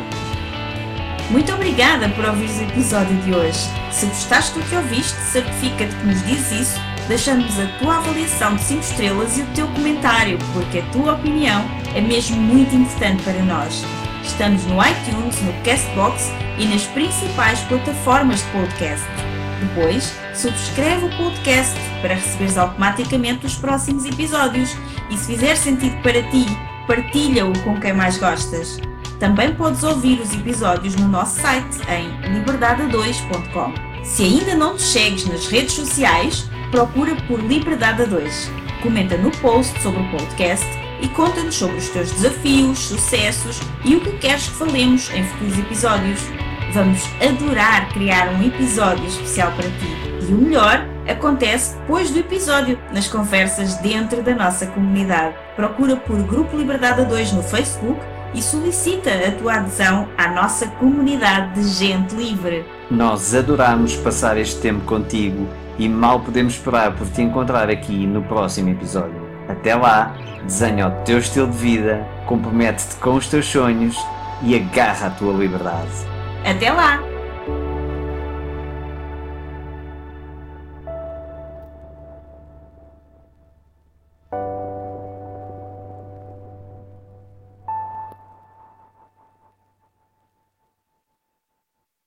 Muito obrigada por ouvir o episódio de hoje. Se gostaste do que ouviste, certifica-te que nos dizes isso, deixando-nos a tua avaliação de 5 estrelas e o teu comentário, porque a tua opinião é mesmo muito importante para nós. Estamos no iTunes, no Castbox e nas principais plataformas de podcast. Depois, subscreve o podcast para receberes automaticamente os próximos episódios e, se fizer sentido para ti, partilha-o com quem mais gostas. Também podes ouvir os episódios no nosso site em liberdade2.com. Se ainda não nos segues nas redes sociais, procura por Liberdade 2. Comenta no post sobre o podcast e conta-nos sobre os teus desafios, sucessos e o que queres que falemos em futuros episódios. Vamos adorar criar um episódio especial para ti. E o melhor acontece depois do episódio, nas conversas dentro da nossa comunidade. Procura por Grupo Liberdade 2 no Facebook e solicita a tua adesão à nossa comunidade de gente livre. Nós adoramos passar este tempo contigo e mal podemos esperar por te encontrar aqui no próximo episódio. Até lá, desenha o teu estilo de vida, compromete-te com os teus sonhos e agarra a tua liberdade. Até lá!